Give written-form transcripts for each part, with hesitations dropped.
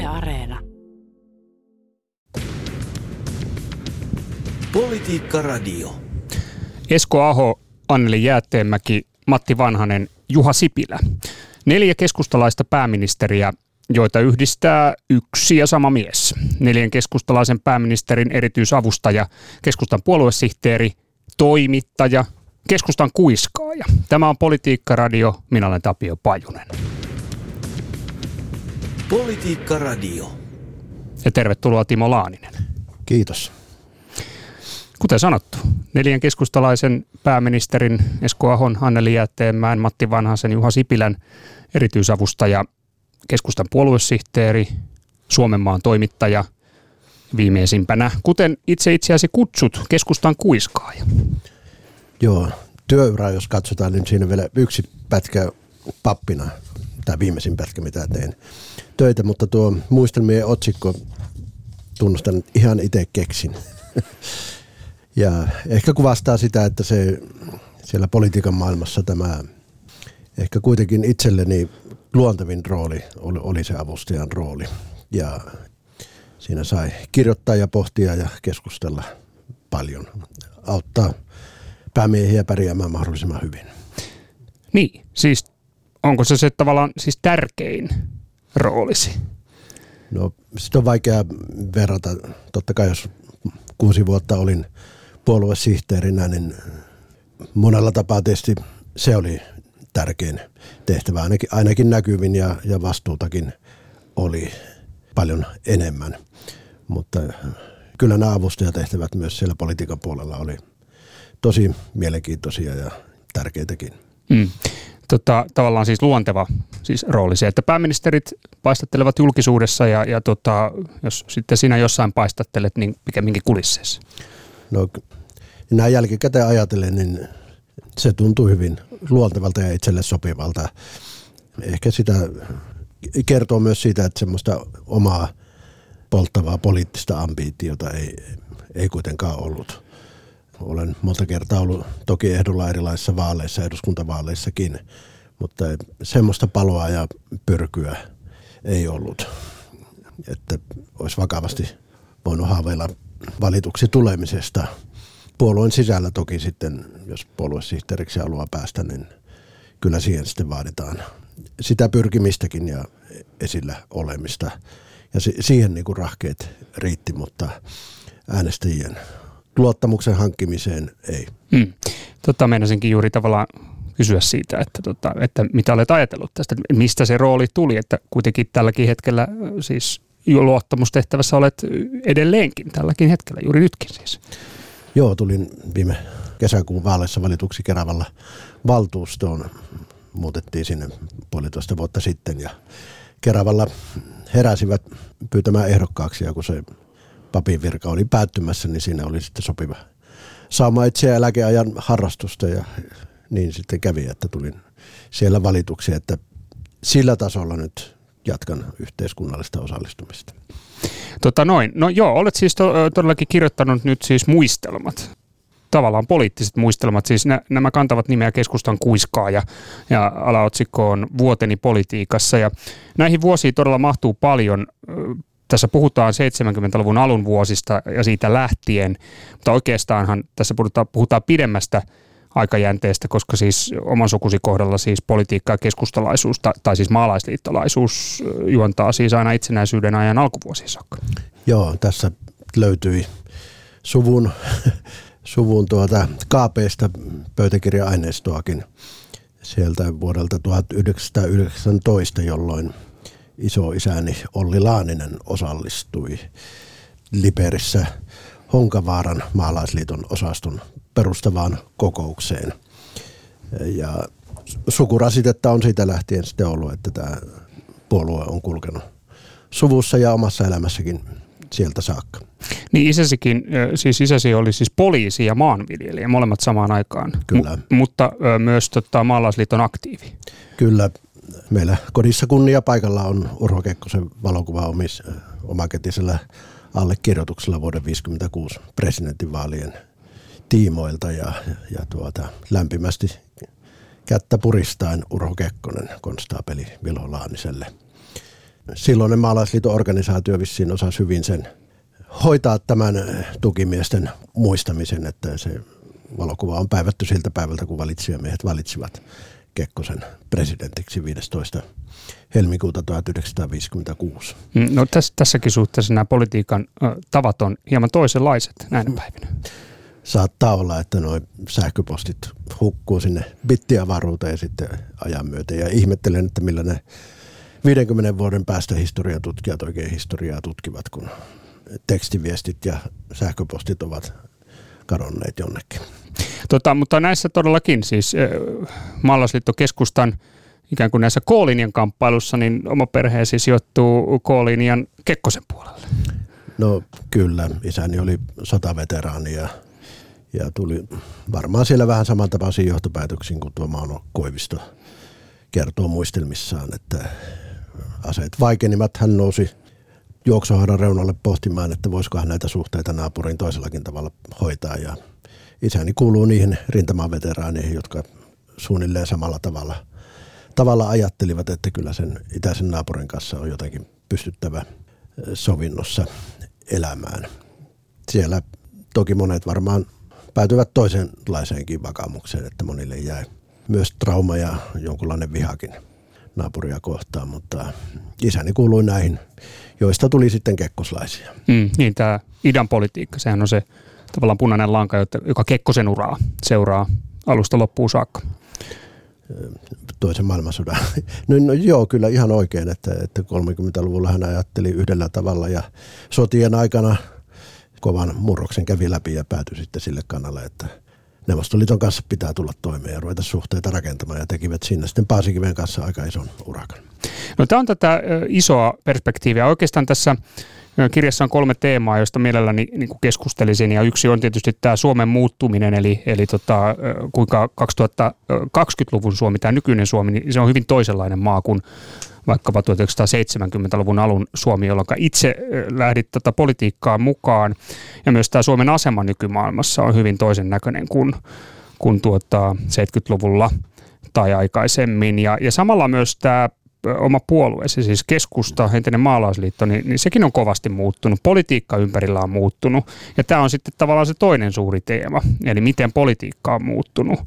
Yle Areena. Politiikka Radio. Esko Aho, Anneli Jäätteenmäki, Matti Vanhanen, Juha Sipilä. 4 keskustalaista pääministeriä, joita yhdistää yksi ja sama mies. 4 keskustalaisen pääministerin erityisavustaja, keskustan puoluesihteeri, toimittaja, keskustan kuiskaaja. Tämä on Politiikka Radio. Minä olen Tapio Pajunen. Politiikka Radio. Ja tervetuloa Timo Laaninen. Kiitos. Kuten sanottu, 4 keskustalaisen pääministerin Esko Ahon, Anneli Jäätteenmäen, Matti Vanhasen, Juha Sipilän erityisavustaja, keskustan puoluesihteeri, Suomenmaan toimittaja, viimeisimpänä, kuten itseäsi kutsut, keskustan kuiskaaja. Joo, työura, jos katsotaan, niin siinä vielä yksi pätkä pappina, tämä viimeisin pätkä, mitä tein töitä, mutta tuo muistelmien otsikko, tunnustan, ihan itse keksin. Ja ehkä kuvastaa sitä, että se siellä politiikan maailmassa tämä ehkä kuitenkin itselleni luontevin rooli oli se avustajan rooli. Ja siinä sai kirjoittaa ja pohtia ja keskustella paljon, auttaa päämiehiä pärjäämään mahdollisimman hyvin. Niin, siis onko se tavallaan siis tärkein roolisi? No, sitä on vaikea verrata. Totta kai jos 6 vuotta olin puoluesihteerinä, niin monella tapaa tietysti se oli tärkein tehtävä. Ainakin näkyvin ja vastuutakin oli paljon enemmän. Mutta kyllä nämä avustajatehtävät myös siellä politiikan puolella oli tosi mielenkiintoisia ja tärkeitäkin. Tavallaan siis luonteva rooli se, että pääministerit paistattelevat julkisuudessa ja jos sitten sinä jossain paistattelet, niin pikemminkin kulisseissa. No, näin jälkikäteen ajatellen, niin se tuntuu hyvin luontevalta ja itselle sopivalta. Ehkä sitä kertoo myös siitä, että semmoista omaa polttavaa poliittista ambitiota ei kuitenkaan ollut. Olen monta kertaa ollut toki ehdolla erilaisissa vaaleissa, eduskuntavaaleissakin, mutta semmoista paloa ja pyrkyä ei ollut, että olisi vakavasti voinut haaveilla valituksi tulemisesta. Puolueen sisällä toki sitten, jos puoluesihteeriksi haluaa päästä, niin kyllä siihen sitten vaaditaan sitä pyrkimistäkin ja esillä olemista. Ja siihen niin kuin rahkeet riitti, mutta äänestäjien luottamuksen hankkimiseen ei. Meinasinkin juuri tavallaan kysyä siitä, että mitä olet ajatellut tästä, mistä se rooli tuli, että kuitenkin tälläkin hetkellä siis luottamustehtävässä olet edelleenkin tälläkin hetkellä, juuri nytkin siis. Joo, tulin viime kesäkuun vaaleissa valituksi Keravalla valtuustoon. Muutettiin sinne 1,5 vuotta sitten ja Keravalla heräsivät pyytämään ehdokkaaksi ja kun se papin virka oli päättymässä, niin siinä oli sitten sopiva saamaan itseä eläkeajan harrastusta ja niin sitten kävi, että tulin siellä valituksi, että sillä tasolla nyt jatkan yhteiskunnallista osallistumista. No joo, olet siis todellakin kirjoittanut nyt siis muistelmat, tavallaan poliittiset muistelmat, siis nämä kantavat nimeä Keskustan kuiskaaja ja alaotsikko on Vuoteni politiikassa ja näihin vuosiin todella mahtuu paljon. Tässä puhutaan 70-luvun alun vuosista ja siitä lähtien, mutta oikeastaanhan tässä puhutaan pidemmästä aikajänteestä, koska siis oman sukusi kohdalla siis politiikka ja keskustalaisuus tai siis maalaisliittolaisuus juontaa siis aina itsenäisyyden ajan alkuvuosiin saakka. Joo, tässä löytyi suvun kaapeista pöytäkirja-aineistoakin sieltä vuodelta 1919, jolloin isoisäni Olli Laaninen osallistui Liperissä Honkavaaran maalaisliiton osaston perustavaan kokoukseen. Ja sukurasitetta on siitä lähtien sitten ollut, että tämä puolue on kulkenut suvussa ja omassa elämässäkin sieltä saakka. Niin isäsi oli siis poliisi ja maanviljelijä, molemmat samaan aikaan. Kyllä. Mutta myös maalaisliiton aktiivi. Kyllä. Meillä kodissa kunnia paikalla on Urho Kekkosen valokuva omakätisellä allekirjoituksella vuoden 1956 presidentinvaalien tiimoilta ja lämpimästi kättä puristaen Urho Kekkonen konstaapeli Vilho Laaniselle silloinen maalaisliiton organisaatio vissiin osasi hyvin sen hoitaa tämän tukimiesten muistamisen, että se valokuva on päivätty siltä päivältä, kun valitsijamiehet valitsivat Kekkosen presidentiksi 15. helmikuuta 1956. No tässäkin suhteessa nämä politiikan tavat on hieman toisenlaiset näinä päivinä. Saattaa olla, että nuo sähköpostit hukkuu sinne bittiavaruuteen sitten ajan myöten. Ja ihmettelen, että millä ne 50 vuoden päästä historian tutkijat oikein historiaa tutkivat, kun tekstiviestit ja sähköpostit ovat kadonneet jonnekin. Mutta näissä todellakin siis maalaisliitto-keskustan ikään kuin näissä K-linjan kamppailussa, niin oma perheesi sijoittuu K-linjan Kekkosen puolelle. No kyllä, isäni oli sotaveteraani ja tuli varmaan siellä vähän samantapaisiin johtopäätöksiin kuin tuo Mauno Koivisto kertoo muistelmissaan, että aseet vaikenivat. Hän nousi juoksuhaaran reunalle pohtimaan, että voisikohan näitä suhteita naapuriin toisellakin tavalla hoitaa. Ja isäni kuuluu niihin rintamaveteraaneihin, jotka suunnilleen samalla tavalla ajattelivat, että kyllä sen itäisen naapurin kanssa on jotenkin pystyttävä sovinnossa elämään. Siellä toki monet varmaan päätyvät toisenlaiseenkin vakaumukseen, että monille jäi myös trauma ja jonkunlainen vihakin naapuria kohtaan, mutta isäni kuului näihin, joista tuli sitten kekkoslaisia. Niin, tämä idän politiikka, sehän on se tavallaan punainen lanka, joka Kekkosen uraa seuraa alusta loppuun saakka. Toisen maailmansodan. No joo, kyllä ihan oikein, että 30-luvulla hän ajatteli yhdellä tavalla ja sotien aikana kovan murroksen kävi läpi ja päätyi sitten sille kannalle, että Neuvostoliiton kanssa pitää tulla toimeen ja ruveta suhteita rakentamaan ja tekivät siinä sitten Paasikiven kanssa aika ison urakan. No tämä on tätä isoa perspektiiviä. Oikeastaan tässä kirjassa on 3 teemaa, joista mielelläni niin kuin keskustelisin ja yksi on tietysti tämä Suomen muuttuminen eli kuinka 2020-luvun Suomi, tämä nykyinen Suomi, niin se on hyvin toisenlainen maa kuin vaikkapa 1970-luvun alun Suomi, jolloin itse lähdit tätä politiikkaa mukaan. Ja myös tämä Suomen asema nykymaailmassa on hyvin toisen näköinen kuin 70-luvulla tai aikaisemmin. Ja samalla myös tämä oma puolueesi, siis keskusta, entinen maalaisliitto, niin sekin on kovasti muuttunut. Politiikka ympärillä on muuttunut. Ja tämä on sitten tavallaan se toinen suuri teema, eli miten politiikka on muuttunut.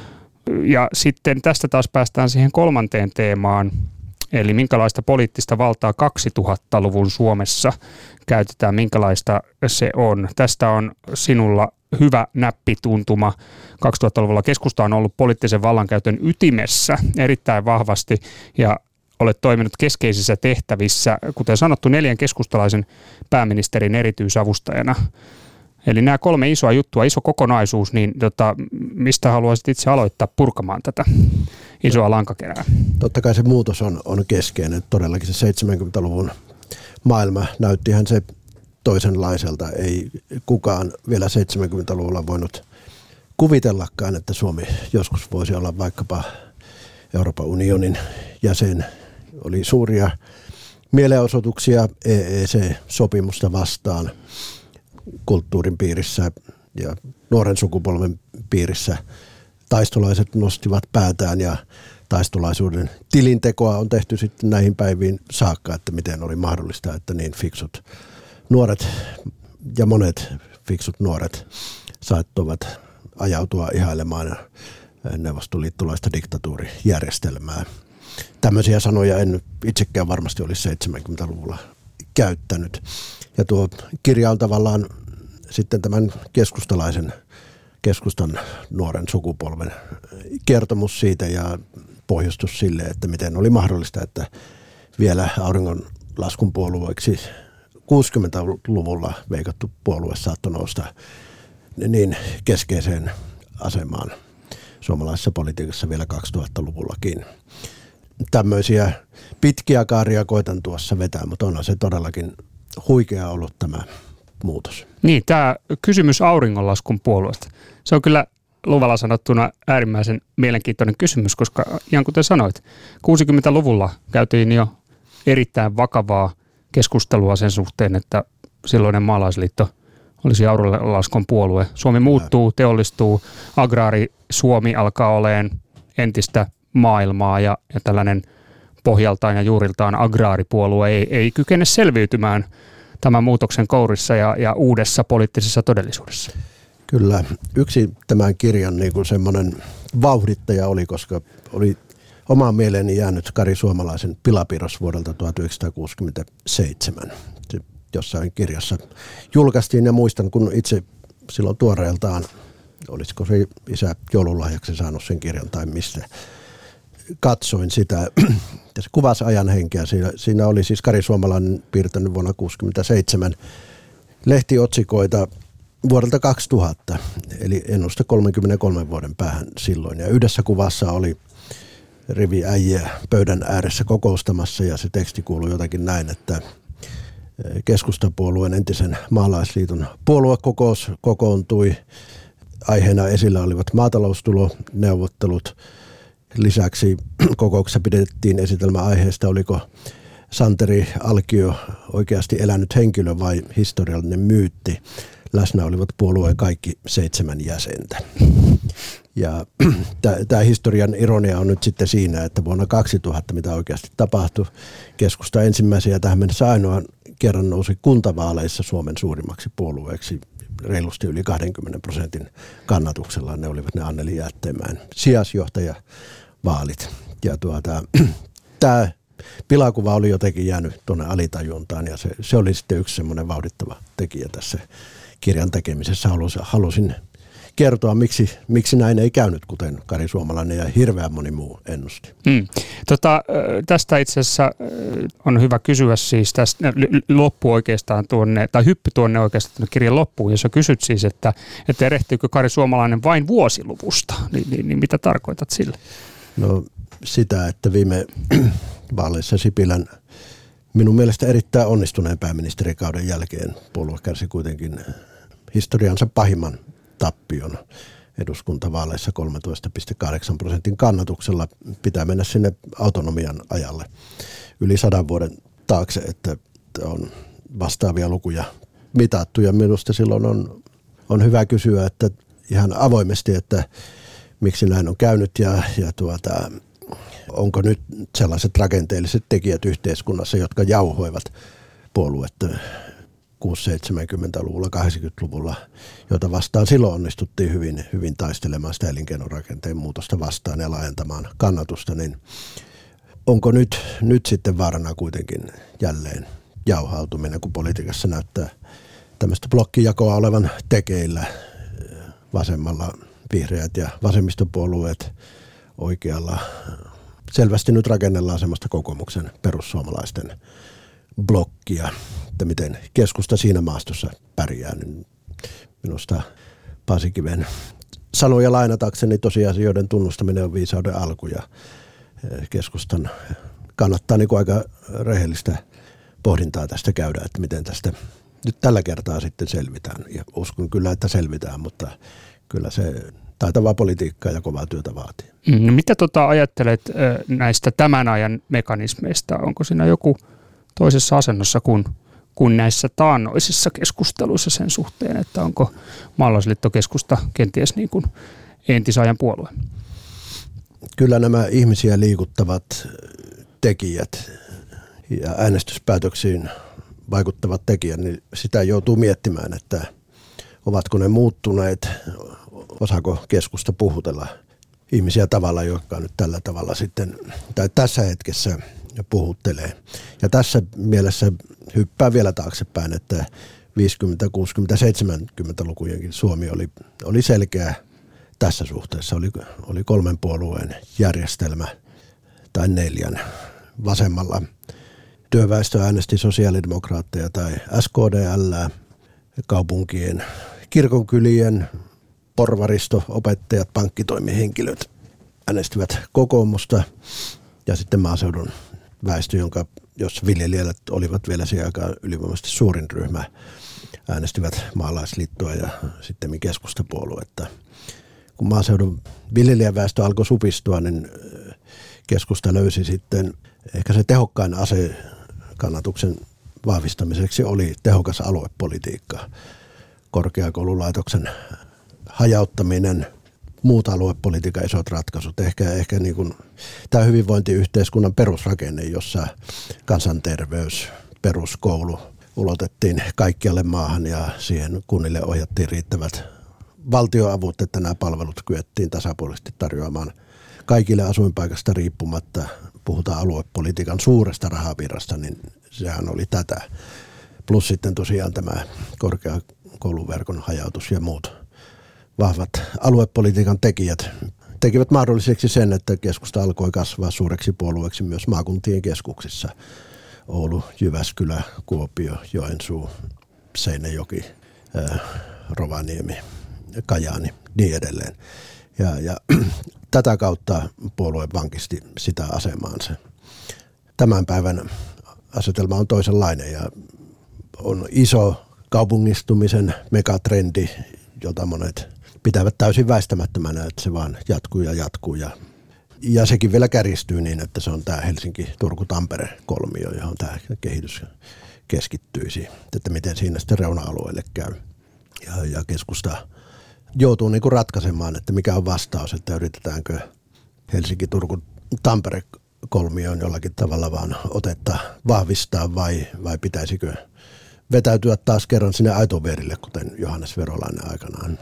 Ja sitten tästä taas päästään siihen 3. teemaan, eli minkälaista poliittista valtaa 2000-luvun Suomessa käytetään, minkälaista se on. Tästä on sinulla hyvä näppituntuma. 2000-luvulla keskusta on ollut poliittisen vallankäytön ytimessä erittäin vahvasti ja olet toiminut keskeisissä tehtävissä, kuten sanottu, 4 keskustalaisen pääministerin erityisavustajana. Eli nämä 3 isoa juttua, iso kokonaisuus, niin mistä haluaisit itse aloittaa purkamaan tätä isoa lankakerää? Totta kai se muutos on keskeinen. Todellakin se 70-luvun maailma näyttihän se toisenlaiselta. Ei kukaan vielä 70-luvulla voinut kuvitellakaan, että Suomi joskus voisi olla vaikkapa Euroopan unionin jäsen. Oli suuria mielenosoituksia EEC-sopimusta vastaan kulttuurin piirissä ja nuoren sukupolven piirissä. Taistolaiset nostivat päätään ja taistolaisuuden tilintekoa on tehty sitten näihin päiviin saakka, että miten oli mahdollista, että niin fiksut nuoret ja monet fiksut nuoret saattoivat ajautua ihailemaan neuvostoliittolaista diktatuurijärjestelmää. Tämmöisiä sanoja en itsekään varmasti olisi 70-luvulla käyttänyt. Ja tuo kirja on tavallaan sitten tämän keskustan nuoren sukupolven kertomus siitä ja pohjustus sille, että miten oli mahdollista, että vielä auringonlaskun puolueeksi 60-luvulla veikattu puolue saattoi nousta niin keskeiseen asemaan suomalaisessa politiikassa vielä 2000-luvullakin. Tämmöisiä pitkiä kaaria koitan tuossa vetää, mutta onhan se todellakin huikea ollut tämä muutos. Niin, tämä kysymys auringonlaskun puolueesta, se on kyllä luvalla sanottuna äärimmäisen mielenkiintoinen kysymys, koska ihan kuten sanoit, 60-luvulla käytiin jo erittäin vakavaa keskustelua sen suhteen, että silloinen maalaisliitto olisi auringonlaskun puolue. Suomi muuttuu, teollistuu, agraari Suomi alkaa olemaan entistä maailmaa ja tällainen pohjaltaan ja juuriltaan agraaripuolue ei kykene selviytymään tämän muutoksen kourissa ja uudessa poliittisessa todellisuudessa. Kyllä. Yksi tämän kirjan niin kuin semmoinen vauhdittaja oli, koska oli omaan mieleeni jäänyt Kari Suomalaisen Pilapiirros vuodelta 1967. Se jossain kirjassa julkaistiin ja muistan, kun itse silloin tuoreeltaan, olisiko se isä joululahjaksi saanut sen kirjan tai mistä, katsoin sitä. Ja se kuvasi ajan henkeä. Siinä oli siis Kari Suomalainen piirtänyt vuonna 1967 lehtiotsikoita vuodelta 2000, eli ennuste 33 vuoden päähän silloin. Ja yhdessä kuvassa oli rivi äijä pöydän ääressä kokoustamassa ja se teksti kuului jotakin näin, että Keskustapuolueen entisen maalaisliiton puoluekokous kokoontui. Aiheena esillä olivat maataloustuloneuvottelut. Lisäksi kokouksessa pidettiin esitelmä aiheesta, oliko Santeri Alkio oikeasti elänyt henkilö vai historiallinen myytti. Läsnä olivat puolueen kaikki 7 jäsentä. Ja tämä historian ironia on nyt sitten siinä, että vuonna 2000, mitä oikeasti tapahtui, keskusta ensimmäisiä tähän mennessä ainoan kerran nousi kuntavaaleissa Suomen suurimmaksi puolueeksi reilusti yli 20% kannatuksella. Ne olivat ne Anneli Jäätteenmäen sijaisjohtajavaalit. Ja tämä pilakuva oli jotenkin jäänyt tuonne alitajuntaan ja se oli sitten yksi semmoinen vauhdittava tekijä tässä kirjan tekemisessä. Halusin kertoa, miksi näin ei käynyt, kuten Kari Suomalainen ja hirveän moni muu ennusti. Tästä itse asiassa on hyvä kysyä siis tästä loppu oikeastaan tai hyppy tuonne oikeastaan kirjan loppuun, jossa kysyt siis, että erehtyykö Kari Suomalainen vain vuosiluvusta, niin mitä tarkoitat sille? No sitä, että viime vaaleissa Sipilän minun mielestä erittäin onnistuneen pääministerikauden jälkeen puolue kärsi kuitenkin historiansa pahimman tappion eduskuntavaaleissa 13,8% kannatuksella. Pitää mennä sinne autonomian ajalle yli 100 vuoden taakse, että on vastaavia lukuja mitattu. Ja minusta silloin on hyvä kysyä, että ihan avoimesti, että miksi näin on käynyt ja onko nyt sellaiset rakenteelliset tekijät yhteiskunnassa, jotka jauhoivat puoluetta 60-70-luvulla, 80-luvulla, joita vastaan silloin onnistuttiin hyvin taistelemaan sitä elinkeinorakenteen muutosta vastaan ja laajentamaan kannatusta, niin onko nyt sitten vaarana kuitenkin jälleen jauhautuminen, kun politiikassa näyttää tämmöistä blokkijakoa olevan tekeillä, vasemmalla vihreät ja vasemmistopuolueet, oikealla selvästi nyt rakennellaan semmoista kokoomuksen perussuomalaisten blokkia, että miten keskusta siinä maastossa pärjää. Niin minusta Paasikiven sanoja lainatakseni tosiasioiden tunnustaminen on viisauden alku ja keskustan kannattaa niin kuin aika rehellistä pohdintaa tästä käydä, että miten tästä nyt tällä kertaa sitten selvitään. Ja uskon kyllä, että selvitään, mutta kyllä se taitavaa politiikkaa ja kovaa työtä vaatii. No mitä ajattelet näistä tämän ajan mekanismeista? Onko siinä joku toisessa asennossa kuin näissä taannoisissa keskusteluissa sen suhteen, että onko maalaisliittokeskusta kenties niin kuin entisajan puolue? Kyllä nämä ihmisiä liikuttavat tekijät ja äänestyspäätöksiin vaikuttavat tekijät, niin sitä joutuu miettimään, että ovatko ne muuttuneet, osaako keskusta puhutella ihmisiä tavalla, joka nyt tällä tavalla sitten, tai tässä hetkessä puhuttelee. Ja tässä mielessä hyppää vielä taaksepäin, että 50-, 60-, 70-lukujenkin Suomi oli selkeä tässä suhteessa. Oli 3 puolueen järjestelmä tai 4. Vasemmalla työväestö äänesti sosiaalidemokraatteja tai SKDL, kaupunkien, kirkonkylien, porvaristo, opettajat, pankkitoimihenkilöt äänestivät kokoomusta ja sitten maaseudun väestö, jos viljelijät olivat vielä siihen aikaan ylivoimaisesti suurin ryhmä, äänestivät maalaisliittoa ja sitten keskustapuoluetta. Kun maaseudun viljelijäväestö alkoi supistua, niin keskusta löysi sitten ehkä se tehokkain ase kannatuksen vahvistamiseksi oli tehokas aluepolitiikka. Korkeakoululaitoksen hajauttaminen, muut aluepolitiikan isot ratkaisut. Ehkä niin kuin tämä hyvinvointiyhteiskunnan perusrakenne, jossa kansanterveys, peruskoulu ulotettiin kaikkialle maahan ja siihen kunnille ohjattiin riittävät valtioavut, että nämä palvelut kyettiin tasapuolisesti tarjoamaan kaikille asuinpaikasta riippumatta. Puhutaan aluepolitiikan suuresta rahavirrasta, niin sehän oli tätä. Plus sitten tosiaan tämä korkeakouluverkon hajautus ja muut vahvat aluepolitiikan tekijät tekivät mahdolliseksi sen, että keskusta alkoi kasvaa suureksi puolueeksi myös maakuntien keskuksissa. Oulu, Jyväskylä, Kuopio, Joensuu, Seinäjoki, Rovaniemi, Kajaani, niin edelleen. Ja tätä kautta puolue vankisti sitä asemaansa. Tämän päivän asetelma on toisenlainen ja on iso kaupungistumisen megatrendi, jota monet pitävät täysin väistämättömänä, että se vaan jatkuu. Ja sekin vielä kärjistyy niin, että se on tämä Helsinki-Turku-Tampere-kolmio, johon tämä kehitys keskittyisi. Että miten siinä sitten reuna-alueille käy. Ja keskusta joutuu niin kuin ratkaisemaan, että mikä on vastaus, että yritetäänkö Helsinki-Turku-Tampere-kolmioon jollakin tavalla vaan otetta vahvistaa vai pitäisikö vetäytyä taas kerran sinne Aitovierille, kuten Johannes Verolainen aikanaan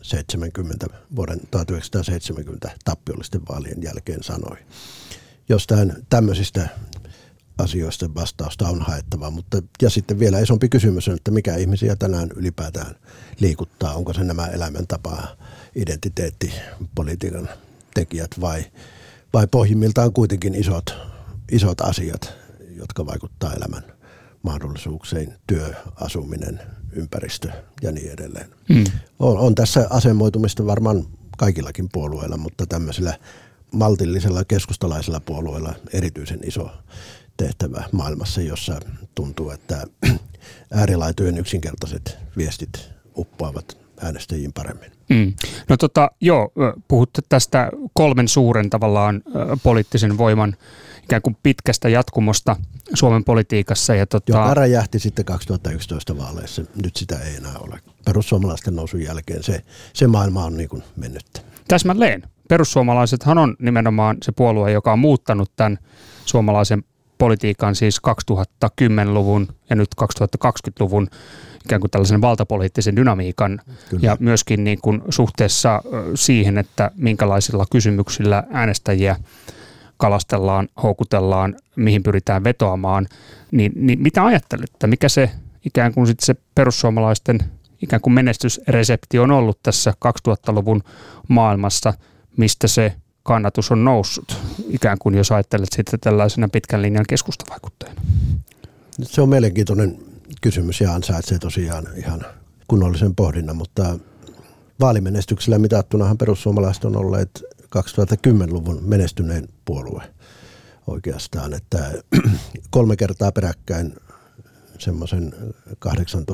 vuoden 1970 tappiollisten vaalien jälkeen sanoi. Jostain tämmöisistä asioista vastausta on haettava, mutta ja sitten vielä isompi kysymys on, että mikä ihmisiä tänään ylipäätään liikuttaa. Onko se nämä elämäntapa, identiteetti, politiikan tekijät vai pohjimmiltaan kuitenkin isot asiat, jotka vaikuttaa elämän mahdollisuuksiin, työ, asuminen, ympäristö ja niin edelleen. On tässä asemoitumista varmaan kaikillakin puolueilla, mutta tämmöisellä maltillisella keskustalaisella puolueella erityisen iso tehtävä maailmassa, jossa tuntuu, että äärilaitojen yksinkertaiset viestit uppoavat äänestäjiin paremmin. No puhutte tästä kolmen suuren tavallaan poliittisen voiman ikään kuin pitkästä jatkumosta Suomen politiikassa. Joka räjähti sitten 2011 vaaleissa. Nyt sitä ei enää ole. Perussuomalaisten nousun jälkeen se maailma on niin kuin mennyt. Täsmälleen. Perussuomalaisethan on nimenomaan se puolue, joka on muuttanut tämän suomalaisen politiikan siis 2010-luvun ja nyt 2020-luvun ikään kuin tällaisen valtapoliittisen dynamiikan. Kyllä. Ja myöskin niin kuin suhteessa siihen, että minkälaisilla kysymyksillä äänestäjiä kalastellaan, houkutellaan, mihin pyritään vetoamaan, niin mitä ajattelette, mikä se ikään kuin sitten se perussuomalaisten ikään kuin menestysresepti on ollut tässä 2000-luvun maailmassa, mistä se kannatus on noussut, ikään kuin jos ajattelet sitten tällaisena pitkän linjan keskustavaikuttajana? Se on mielenkiintoinen kysymys ja ansaitsee tosiaan ihan kunnollisen pohdinnan, mutta vaalimenestyksellä mitattunahan perussuomalaiset on olleet 2010-luvun menestyneen puolue oikeastaan, että 3 kertaa peräkkäin semmoisen 18-19%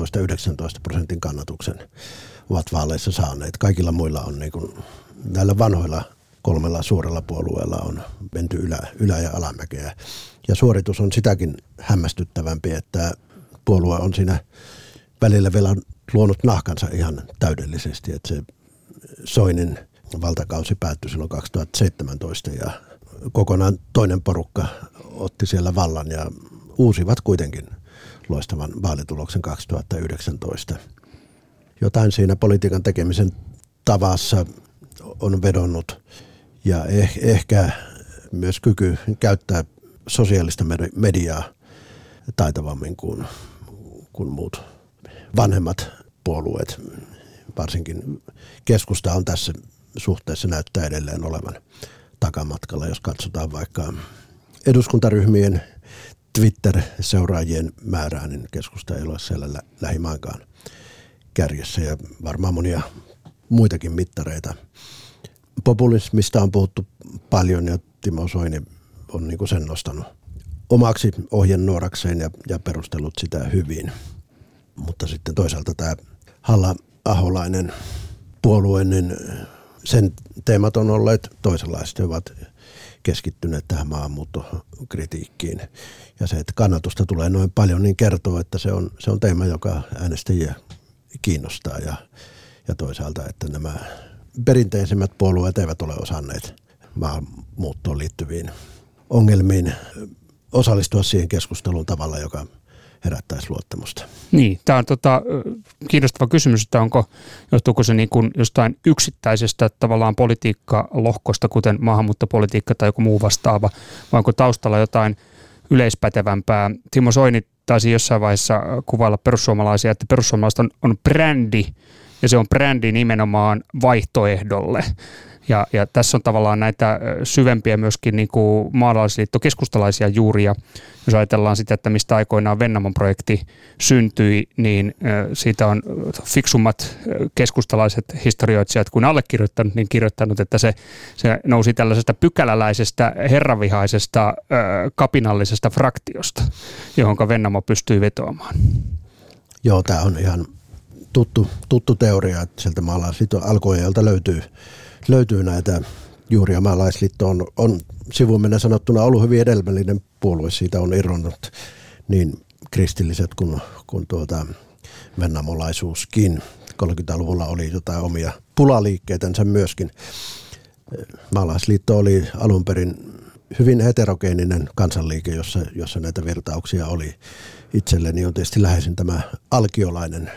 kannatuksen ovat vaaleissa saaneet. Kaikilla muilla on niin kuin, näillä vanhoilla 3 suurella puolueella on menty ylä- ja alamäkeä. Ja suoritus on sitäkin hämmästyttävämpi, että puolue on siinä välillä vielä luonut nahkansa ihan täydellisesti, että se Soinin valtakausi päättyi silloin 2017 ja kokonaan toinen porukka otti siellä vallan ja uusivat kuitenkin loistavan vaalituloksen 2019. Jotain siinä politiikan tekemisen tavassa on vedonnut ja ehkä myös kyky käyttää sosiaalista mediaa taitavammin kuin muut vanhemmat puolueet. Varsinkin keskusta on tässä suhteessa näyttää edelleen olevan takamatkalla, jos katsotaan vaikka eduskuntaryhmien Twitter-seuraajien määrää, niin keskusta ei ole siellä lähimaankaan kärjessä ja varmaan monia muitakin mittareita. Populismista on puhuttu paljon ja Timo Soini on niin kuin sen nostanut omaksi ohjenuorakseen ja perustellut sitä hyvin. Mutta sitten toisaalta tämä Halla-aholainen puolue, niin sen teemat on olleet toisenlaiset. He ovat keskittyneet tähän maahanmuuttokritiikkiin. Ja se, että kannatusta tulee noin paljon, niin kertoo, että se on teema, joka äänestäjiä kiinnostaa. Ja toisaalta, että nämä perinteisemmät puolueet eivät ole osanneet maahanmuuttoon liittyviin ongelmiin osallistua siihen keskusteluun tavalla, joka herättäisi luottamusta. Niin, tämä on kiinnostava kysymys, että johtuuko se niin kuin jostain yksittäisestä tavallaan politiikkalohkosta, kuten maahanmuuttopolitiikka tai joku muu vastaava, vai onko taustalla jotain yleispätevämpää. Timo Soini taisi jossain vaiheessa kuvailla perussuomalaisia, että perussuomalaiset on brändi, ja se on brändi nimenomaan vaihtoehdolle. Ja tässä on tavallaan näitä syvempiä myöskin niin kuin maalaisliitto-keskustalaisia juuria. Jos ajatellaan sitä, että mistä aikoinaan Vennamon projekti syntyi, niin siitä on fiksummat keskustalaiset historioitsijat kuin allekirjoittanut, niin kirjoittanut, että se nousi tällaisesta pykäläläisestä, herravihaisesta, kapinallisesta fraktiosta, johon Vennamo pystyi vetoamaan. Joo, tämä on ihan tuttu teoria, että sieltä maalaisliiton alkuajalta löytyy näitä juuria. Maalaisliitto on sivumennen sanottuna ollut hyvin edelmällinen puolue. Siitä on irronnut niin kristilliset kuin vennamolaisuuskin. 30-luvulla oli jotain omia pulaliikkeitänsä myöskin. Maalaisliitto oli alun perin hyvin heterogeeninen kansanliike, jossa näitä virtauksia oli. Itselleni on tietysti läheisin tämä alkiolainen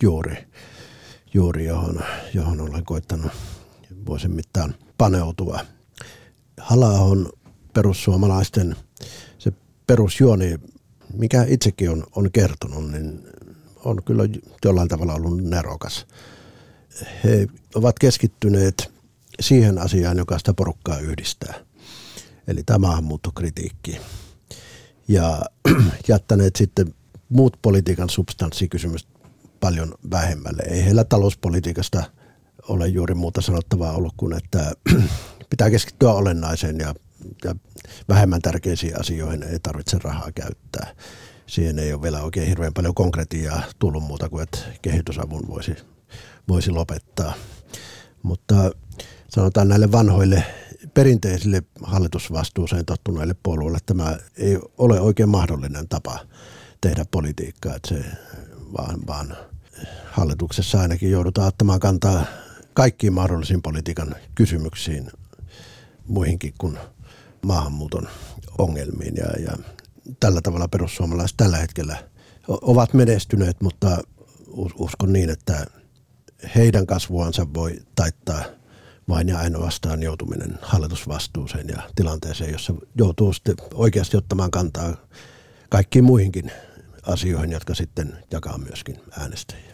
juuri johon olen koittanut vuosien mittaan paneutua. Halla-ahon perussuomalaisten se perusjuoni, mikä itsekin on kertonut, niin on kyllä jollain tavalla ollut nerokas. He ovat keskittyneet siihen asiaan, joka sitä porukkaa yhdistää, eli tämä maahanmuuttokritiikki, ja jättäneet sitten muut politiikan substanssikysymykset paljon vähemmälle. Ei heillä talouspolitiikasta ole juuri muuta sanottavaa ollut kuin, että pitää keskittyä olennaiseen ja vähemmän tärkeisiin asioihin ei tarvitse rahaa käyttää. Siihen ei ole vielä oikein hirveän paljon konkretiaa tullut muuta kuin, että kehitysavun voisi lopettaa. Mutta sanotaan näille vanhoille perinteisille hallitusvastuuseen tottuneille puolueille tämä ei ole oikein mahdollinen tapa tehdä politiikkaa, että se vaan hallituksessa ainakin joudutaan ottamaan kantaa kaikkiin mahdollisiin politiikan kysymyksiin, muihinkin kuin maahanmuuton ongelmiin. Ja tällä tavalla perussuomalaiset tällä hetkellä ovat menestyneet, mutta uskon niin, että heidän kasvuansa voi taittaa vain ja ainoastaan joutuminen hallitusvastuuseen ja tilanteeseen, jossa joutuu sitten oikeasti ottamaan kantaa kaikkiin muihinkin asioihin, jotka sitten jakaa myöskin äänestäjiä.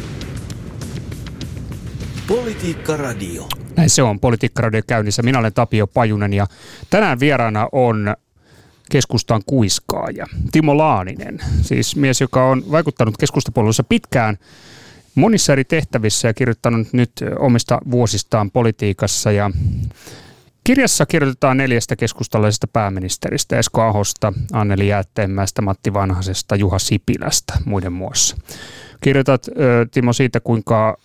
Politiikka Radio. Näin se on, Politiikka Radio käynnissä. Minä olen Tapio Pajunen ja tänään vieraana on keskustan kuiskaaja Timo Laaninen. Siis mies, joka on vaikuttanut keskustapuolueessa pitkään monissa eri tehtävissä ja kirjoittanut nyt omista vuosistaan politiikassa. Ja kirjassa kirjoitetaan 4 keskustalaisesta pääministeristä, Esko Ahosta, Anneli Jäätteenmäestä, Matti Vanhasesta, Juha Sipilästä muiden muassa. Kirjoitat, Timo, siitä, kuinka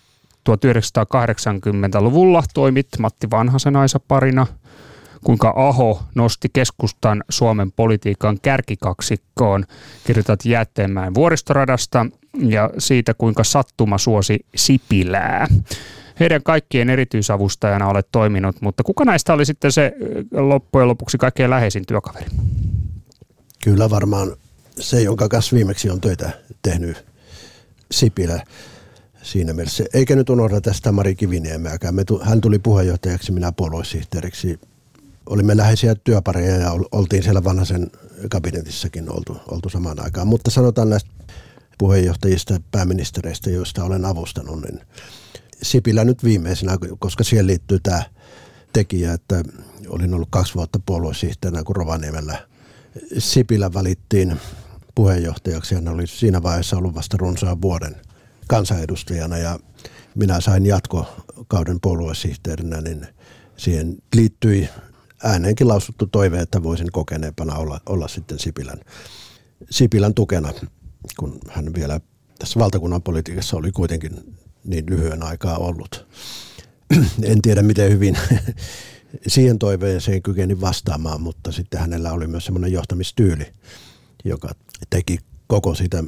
1980-luvulla toimit Matti Vanhasen aisaparina, kuinka Aho nosti keskustan Suomen politiikan kärkikaksikkoon. Kirjoitat Jäätteenmäen vuoristoradasta ja siitä, kuinka sattuma suosi Sipilää. Heidän kaikkien erityisavustajana olet toiminut, mutta kuka näistä oli sitten se loppujen lopuksi kaikkein läheisin työkaveri? Kyllä varmaan se, jonka kanssa viimeksi on töitä tehnyt, Sipilä siinä mielessä. Eikä nyt unohda tästä Mari Kiviniemeäkään. Hän tuli puheenjohtajaksi, minä puoluesihteeriksi. Olimme läheisiä työpareja ja oltiin siellä Vanhasen kabinetissakin oltu samaan aikaan. Mutta sanotaan näistä puheenjohtajista ja pääministereistä, joista olen avustanut, niin Sipilä nyt viimeisenä, koska siihen liittyy tämä tekijä, että olin ollut 2 vuotta puoluesihteerinä, kun Rovaniemellä Sipilä valittiin puheenjohtajaksi. Hän oli siinä vaiheessa ollut vasta runsaan vuoden kansanedustajana ja minä sain jatkokauden puoluesihteerinä, niin siihen liittyi ääneenkin lausuttu toive, että voisin kokeneempana olla sitten Sipilän tukena, kun hän vielä tässä valtakunnan politiikassa oli kuitenkin niin lyhyen aikaa ollut. En tiedä, miten hyvin siihen toiveeseen kykeni vastaamaan, mutta sitten hänellä oli myös semmoinen johtamistyyli, joka teki koko sitä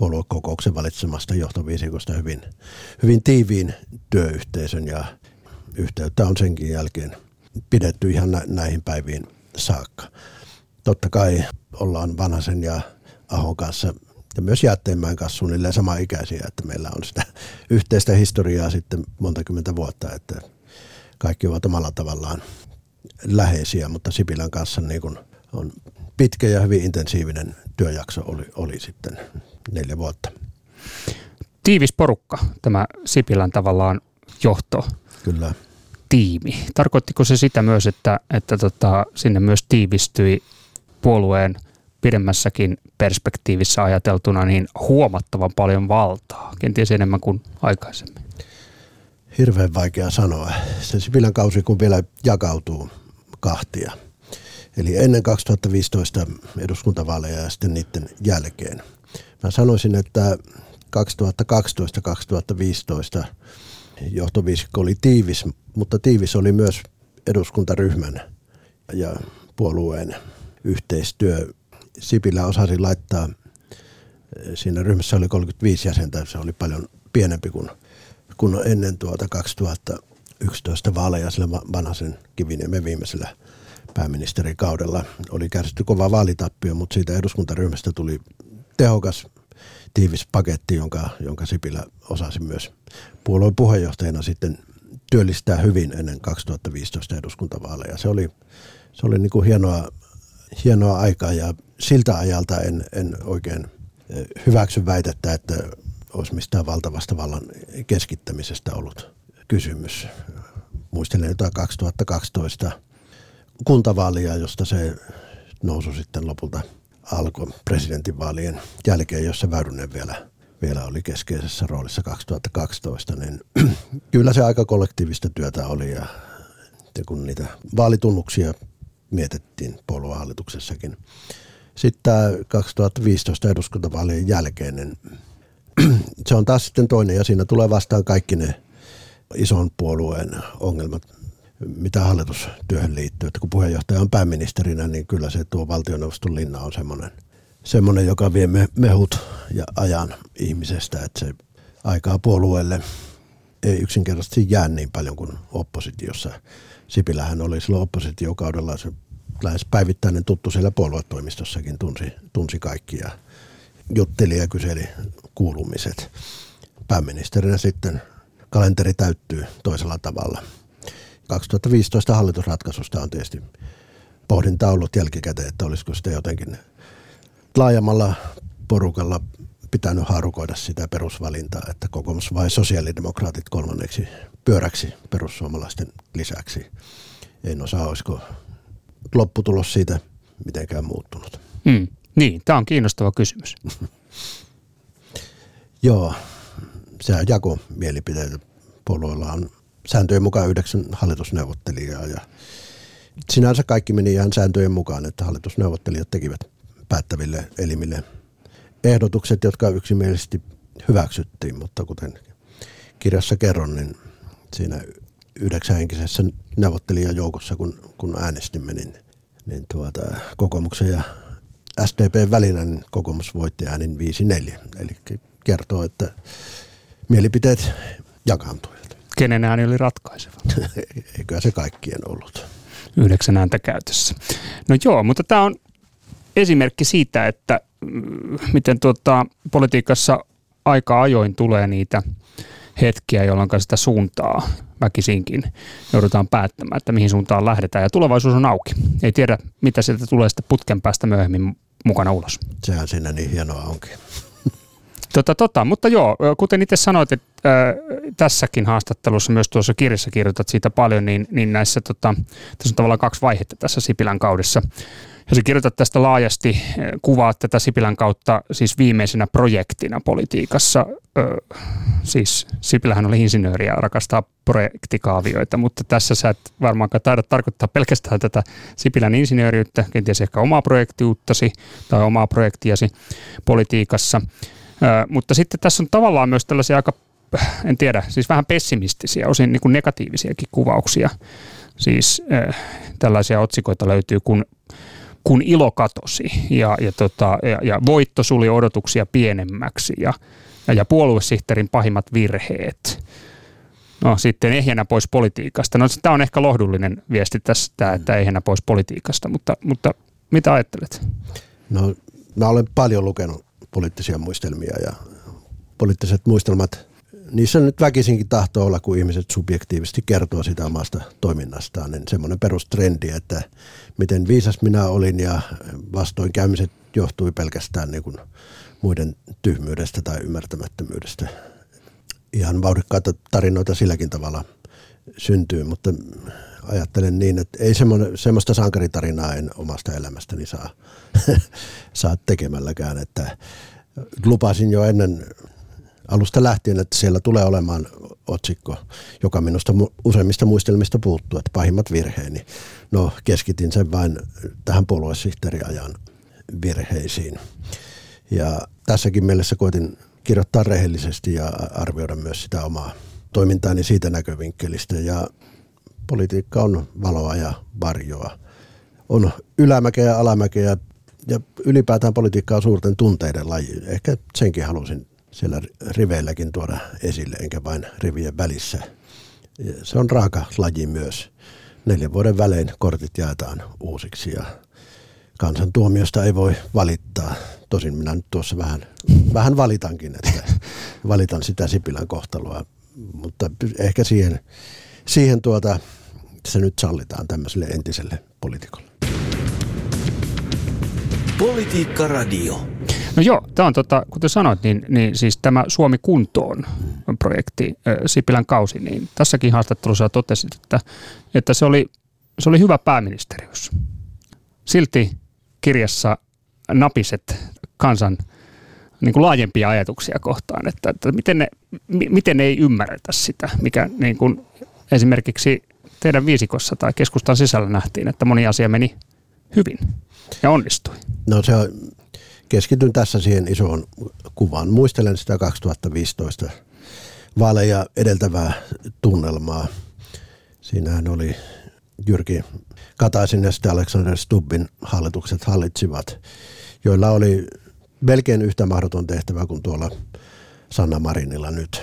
puoluekokouksen valitsemasta johtoviisikosta hyvin tiiviin työyhteisön ja yhteyttä on senkin jälkeen pidetty ihan näihin päiviin saakka. Totta kai ollaan Vanhasen ja Ahon kanssa ja myös Jäätteenmäen kanssa suunnilleen samaikäisiä, että meillä on sitä yhteistä historiaa sitten monta kymmentä vuotta, että kaikki ovat omalla tavallaan läheisiä, mutta Sipilän kanssa niin kuin on pitkä ja hyvin intensiivinen työjakso oli sitten 4 vuotta. Tiivis porukka, tämä Sipilän tavallaan johto. Kyllä. Tiimi. Tarkoittiko se sitä myös, että sinne myös tiivistyi puolueen pidemmässäkin perspektiivissä ajateltuna niin huomattavan paljon valtaa, kenties enemmän kuin aikaisemmin? Hirveän vaikea sanoa. Se Sipilän kausi kun vielä jakautuu kahtia. Eli ennen 2015 eduskuntavaaleja ja sitten niiden jälkeen. Mä sanoisin, että 2012-2015 johtoviisikko oli tiivis, mutta tiivis oli myös eduskuntaryhmän ja puolueen yhteistyö. Sipilä osasi laittaa, siinä ryhmässä oli 35 jäsentä, se oli paljon pienempi kuin ennen 2011 vaaleja sillä Vanhasen Kiviniemen viimeisellä pääministerikaudella. Oli kärsitty kova vaalitappio, mutta siitä eduskuntaryhmästä tuli tehokas, tiivis paketti, jonka Sipilä osasi myös puolueen puheenjohtajana sitten työllistää hyvin ennen 2015 eduskuntavaaleja. Se oli niin kuin hienoa aikaa ja siltä ajalta en oikein hyväksy väitettä, että olisi mistään valtavasta vallan keskittämisestä ollut kysymys. Muistelen jotain 2012 kuntavaalia, josta se nousu sitten lopulta alkoi presidentinvaalien jälkeen, jossa Väyrynen vielä oli keskeisessä roolissa 2012, niin kyllä se aika kollektiivista työtä oli ja kun niitä vaalitunnuksia mietittiin puoluehallituksessakin. Sitten tämä 2015 eduskuntavaalien jälkeen, niin se on taas sitten toinen ja siinä tulee vastaan kaikki ne ison puolueen ongelmat, mitä hallitustyöhön liittyy. Että kun puheenjohtaja on pääministerinä, niin kyllä se tuo valtioneuvoston linna on semmoinen, joka vie mehut ja ajan ihmisestä, että se aikaa puolueelle ei yksinkertaisesti jää niin paljon kuin oppositiossa. Sipilähän oli silloin oppositiokaudella se lähes päivittäinen tuttu siellä puoluetoimistossakin, tunsi kaikki ja jutteli ja kyseli kuulumiset. Pääministerinä sitten kalenteri täyttyy toisella tavalla. 2015 hallitusratkaisusta on tietysti pohdinta ollut jälkikäteen, että olisiko sitä jotenkin laajemmalla porukalla pitänyt haarukoida sitä perusvalintaa, että kokoomus vai sosiaalidemokraatit kolmanneksi pyöräksi perussuomalaisten lisäksi. En osaa, olisiko lopputulos siitä mitenkään muuttunut. Niin, tämä on kiinnostava kysymys. Joo, se jako mielipiteitä. Puolueella on sääntöjen mukaan 9 hallitusneuvottelijaa ja sinänsä kaikki meni ihan sääntöjen mukaan, että hallitusneuvottelijat tekivät päättäville elimille ehdotukset, jotka yksimielisesti hyväksyttiin, mutta kuten kirjassa kerron, niin siinä 9-henkisessä neuvottelijajoukossa, kun äänestimme, niin kokoomuksen ja SDP:n välillä niin kokoomus voitti äänin 5-4. Eli kertoo, että mielipiteet jakaantuivat. Kenen ääni oli ratkaiseva? Eiköhän se kaikkien ollut. 9 ääntä käytössä. No joo, mutta tämä on esimerkki siitä, että miten politiikassa aika ajoin tulee niitä hetkiä, jolloin sitä suuntaa väkisinkin joudutaan päättämään, että mihin suuntaan lähdetään. Ja tulevaisuus on auki. Ei tiedä, mitä sieltä tulee sitten putken päästä myöhemmin mukana ulos. Sehän siinä niin hienoa onkin. Mutta joo, kuten itse sanoit, että tässäkin haastattelussa, myös tuossa kirjassa kirjoitat siitä paljon, niin näissä, tässä on tavallaan 2 vaihetta tässä Sipilän kaudessa. Ja sä kirjoitat tästä laajasti, kuvaat tätä Sipilän kautta siis viimeisenä projektina politiikassa. Siis Sipilähän oli insinööri ja rakastaa projektikaavioita, mutta tässä sä et varmaankaan taida tarkoittaa pelkästään tätä Sipilän insinööriyttä, kenties ehkä omaa projektiuttasi tai omaa projektiasi politiikassa. Mutta sitten tässä on tavallaan myös tällaisia aika, en tiedä, siis vähän pessimistisiä, osin niin kuin negatiivisiakin kuvauksia. Siis tällaisia otsikoita löytyy, kun ilo katosi ja voitto suli odotuksia pienemmäksi ja puoluesihteerin pahimmat virheet. No sitten ehjänä pois politiikasta. No tämä on ehkä lohdullinen viesti tässä, että ehjänä pois politiikasta, mutta mitä ajattelet? No mä olen paljon lukenut poliittisia muistelmia ja poliittiset muistelmat, niissä nyt väkisinkin tahtoo olla, kun ihmiset subjektiivisesti kertoo sitä omasta toiminnastaan, niin semmoinen perustrendi, että miten viisas minä olin ja vastoinkäymiset johtui pelkästään niin kuin muiden tyhmyydestä tai ymmärtämättömyydestä. Ihan vauhdikkaita tarinoita silläkin tavalla syntyy, mutta ajattelen niin, että ei semmoista sankaritarinaa en omasta elämästäni saa tekemälläkään, että lupasin jo ennen alusta lähtien, että siellä tulee olemaan otsikko, joka minusta useimmista muistelmista puuttuu, että pahimmat virheeni. No keskitin sen vain tähän puoluesihteeriajan virheisiin. Ja tässäkin mielessä koitin kirjoittaa rehellisesti ja arvioida myös sitä omaa toimintaani siitä näkövinkkelistä. Ja politiikka on valoa ja varjoa. On ylämäkeä ja alamäkeä ja ylipäätään politiikka on suurten tunteiden laji. Ehkä senkin halusin siellä riveilläkin tuoda esille, enkä vain rivien välissä. Se on raaka laji myös. 4 vuoden välein kortit jaetaan uusiksi ja kansan tuomiosta ei voi valittaa. Tosin minä nyt tuossa vähän valitankin, että valitan sitä Sipilän kohtaloa, mutta ehkä siihen se nyt sallitaan tämmöiselle entiselle poliitikolle. Politiikka Radio. No joo, tämä on kuten sanoit, niin siis tämä Suomi kuntoon projekti, Sipilän kausi, niin tässäkin haastattelussa totesit, että se oli hyvä pääministeriys. Silti kirjassa napiset kansan niin kuin laajempia ajatuksia kohtaan, että miten ei ymmärretä sitä, mikä niin kuin esimerkiksi teidän viisikossa tai keskustan sisällä nähtiin, että moni asia meni hyvin ja onnistui. No keskityn tässä siihen isoon kuvaan. Muistelen sitä 2015 vaaleja edeltävää tunnelmaa. Siinähän oli Jyrki Kataisen ja sitten Alexander Stubbin hallitukset hallitsivat, joilla oli melkein yhtä mahdoton tehtävä kuin tuolla Sanna Marinilla nyt.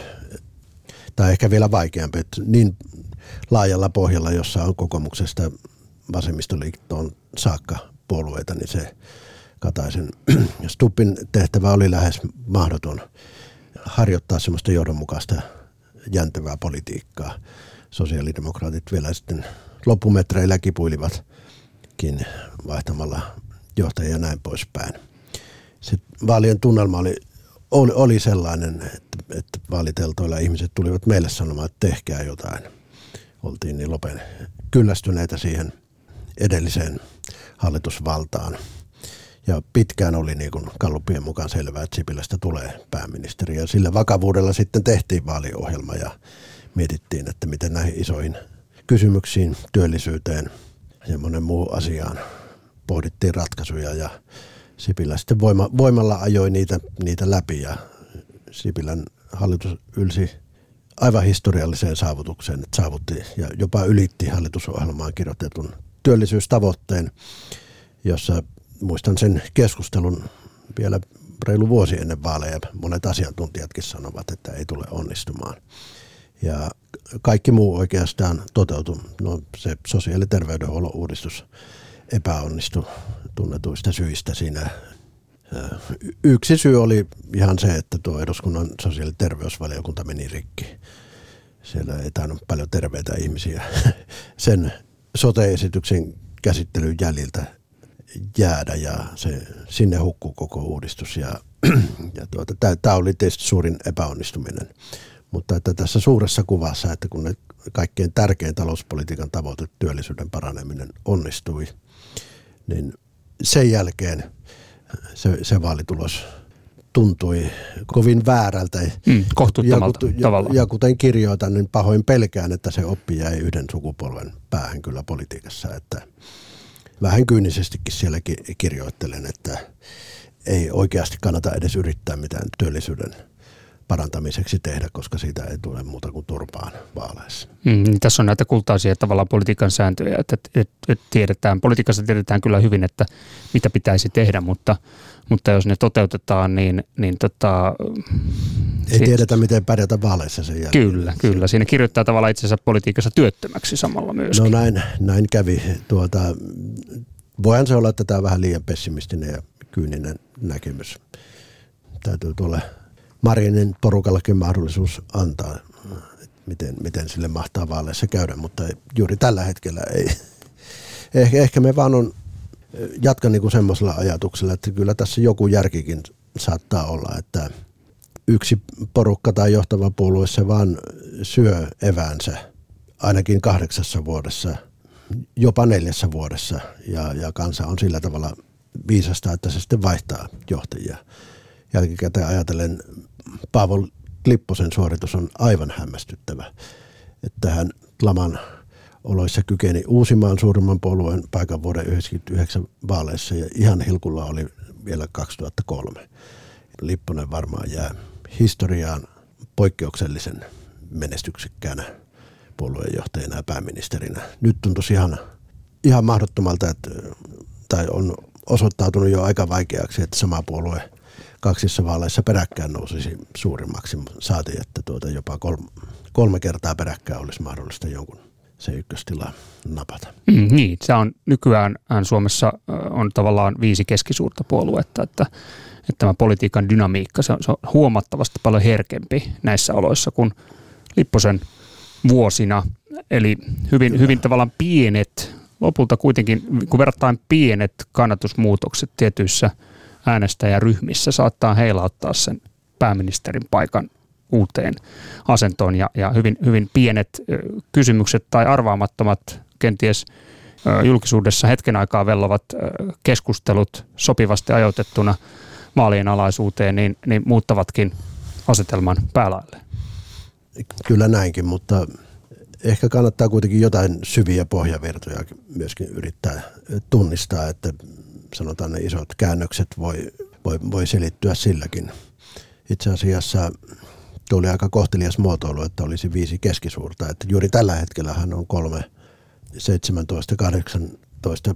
Tai ehkä vielä vaikeampi, että niin laajalla pohjalla, jossa on kokoomuksesta vasemmistoliittoon saakka puolueita, niin se Kataisen ja Stubbin tehtävä oli lähes mahdoton harjoittaa semmoista johdonmukaista jäntevää politiikkaa. Sosiaalidemokraatit vielä sitten loppumetreillä kipuilivatkin vaihtamalla johtajia ja näin poispäin. Sitten vaalien tunnelma oli sellainen, että vaaliteltoilla ihmiset tulivat meille sanomaan, että tehkää jotain. Oltiin niin lopen kyllästyneitä siihen edelliseen hallitusvaltaan. Ja pitkään oli niin kuin gallupien mukaan selvää, että Sipilästä tulee pääministeri. Ja sillä vakavuudella sitten tehtiin vaaliohjelma ja mietittiin, että miten näihin isoihin kysymyksiin, työllisyyteen ja monen muuhun asiaan pohdittiin ratkaisuja. Ja Sipilä sitten voimalla ajoi niitä läpi ja Sipilän hallitus ylsi aivan historialliseen saavutukseen, että saavutti ja jopa ylitti hallitusohjelmaan kirjoitetun työllisyystavoitteen, jossa muistan sen keskustelun vielä reilu vuosi ennen vaaleja. Monet asiantuntijatkin sanovat, että ei tule onnistumaan. Ja kaikki muu oikeastaan toteutui. No, se sosiaali- ja terveydenhuollon uudistus epäonnistui tunnetuista syistä siinä. Yksi syy oli ihan se, että tuo eduskunnan sosiaali- ja terveysvaliokunta meni rikki. Siellä ei tainnut paljon terveitä ihmisiä sen sote-esityksen käsittelyn jäljiltä jäädä ja sinne hukkuu koko uudistus. Tämä oli tietysti suurin epäonnistuminen. Mutta että tässä suuressa kuvassa, että kun ne kaikkein tärkein talouspolitiikan tavoite, työllisyyden paraneminen onnistui, niin sen jälkeen se vaalitulos tuntui kovin väärältä. Kohtuuttomalta tavallaan. Ja kuten kirjoitan, niin pahoin pelkään, että se oppi jäi yhden sukupolven päähän kyllä politiikassa. Että vähän kyynisestikin siellä kirjoittelen, että ei oikeasti kannata edes yrittää mitään työllisyyden parantamiseksi tehdä, koska siitä ei tule muuta kuin turpaan vaaleissa. Tässä on näitä kultaisia tavallaan politiikan sääntöjä, että tiedetään, politiikassa tiedetään kyllä hyvin, että mitä pitäisi tehdä, mutta jos ne toteutetaan, niin ei tiedetä, miten pärjätä vaaleissa sen jälkeen. Kyllä. Siinä kirjoittaa tavallaan itsensä politiikassa työttömäksi samalla myöskin. No näin kävi. Voihan se olla, että tämä on vähän liian pessimistinen ja kyyninen näkemys. Täytyy tuolle Marinin porukallakin mahdollisuus antaa, miten sille mahtaa vaaleissa käydä, mutta juuri tällä hetkellä ei. Ehkä me vaan jatkan niin kuin semmoisella ajatuksella, että kyllä tässä joku järkikin saattaa olla, että yksi porukka tai johtava puolue se vaan syö eväänsä ainakin 8 vuodessa, jopa 4 vuodessa ja kansa on sillä tavalla viisasta, että se sitten vaihtaa johtajia. Jälkikäteen ajatellen Paavo Lipposen suoritus on aivan hämmästyttävä, että hän laman oloissa kykeni uusimaan suurimman puolueen paikan vuoden 1999 vaaleissa ja ihan hilkulla oli vielä 2003. Lipponen varmaan jää historiaan poikkeuksellisen menestyksekkäänä puolueenjohtajana ja pääministerinä. Nyt tuntuisi ihan mahdottomalta, tai on osoittautunut jo aika vaikeaksi, että sama puolue 2 vaaleissa peräkkäin nousisi suurimmaksi. Saatiin, että jopa 3 kertaa peräkkäin olisi mahdollista jonkun se ykköstila napata. Niin, se on nykyään Suomessa on tavallaan 5 keskisuurta puoluetta, että tämä politiikan dynamiikka se on huomattavasti paljon herkempi näissä oloissa kuin Lipposen vuosina. Eli hyvin tavallaan pienet, lopulta kuitenkin kun verrattain pienet kannatusmuutokset tietyissä äänestäjäryhmissä saattaa heilauttaa sen pääministerin paikan uuteen asentoon ja hyvin pienet kysymykset tai arvaamattomat kenties julkisuudessa hetken aikaa vellovat keskustelut sopivasti ajoitettuna vaalien alaisuuteen, niin muuttavatkin asetelman päälailleen. Kyllä näinkin, mutta ehkä kannattaa kuitenkin jotain syviä pohjavirtoja myöskin yrittää tunnistaa, että sanotaan ne isot käännökset voi selittyä silläkin. Itse asiassa tuo oli aika kohtelias muotoilu, että olisi 5 keskisuurta, että juuri tällä hetkellähän on 3, 17, 18,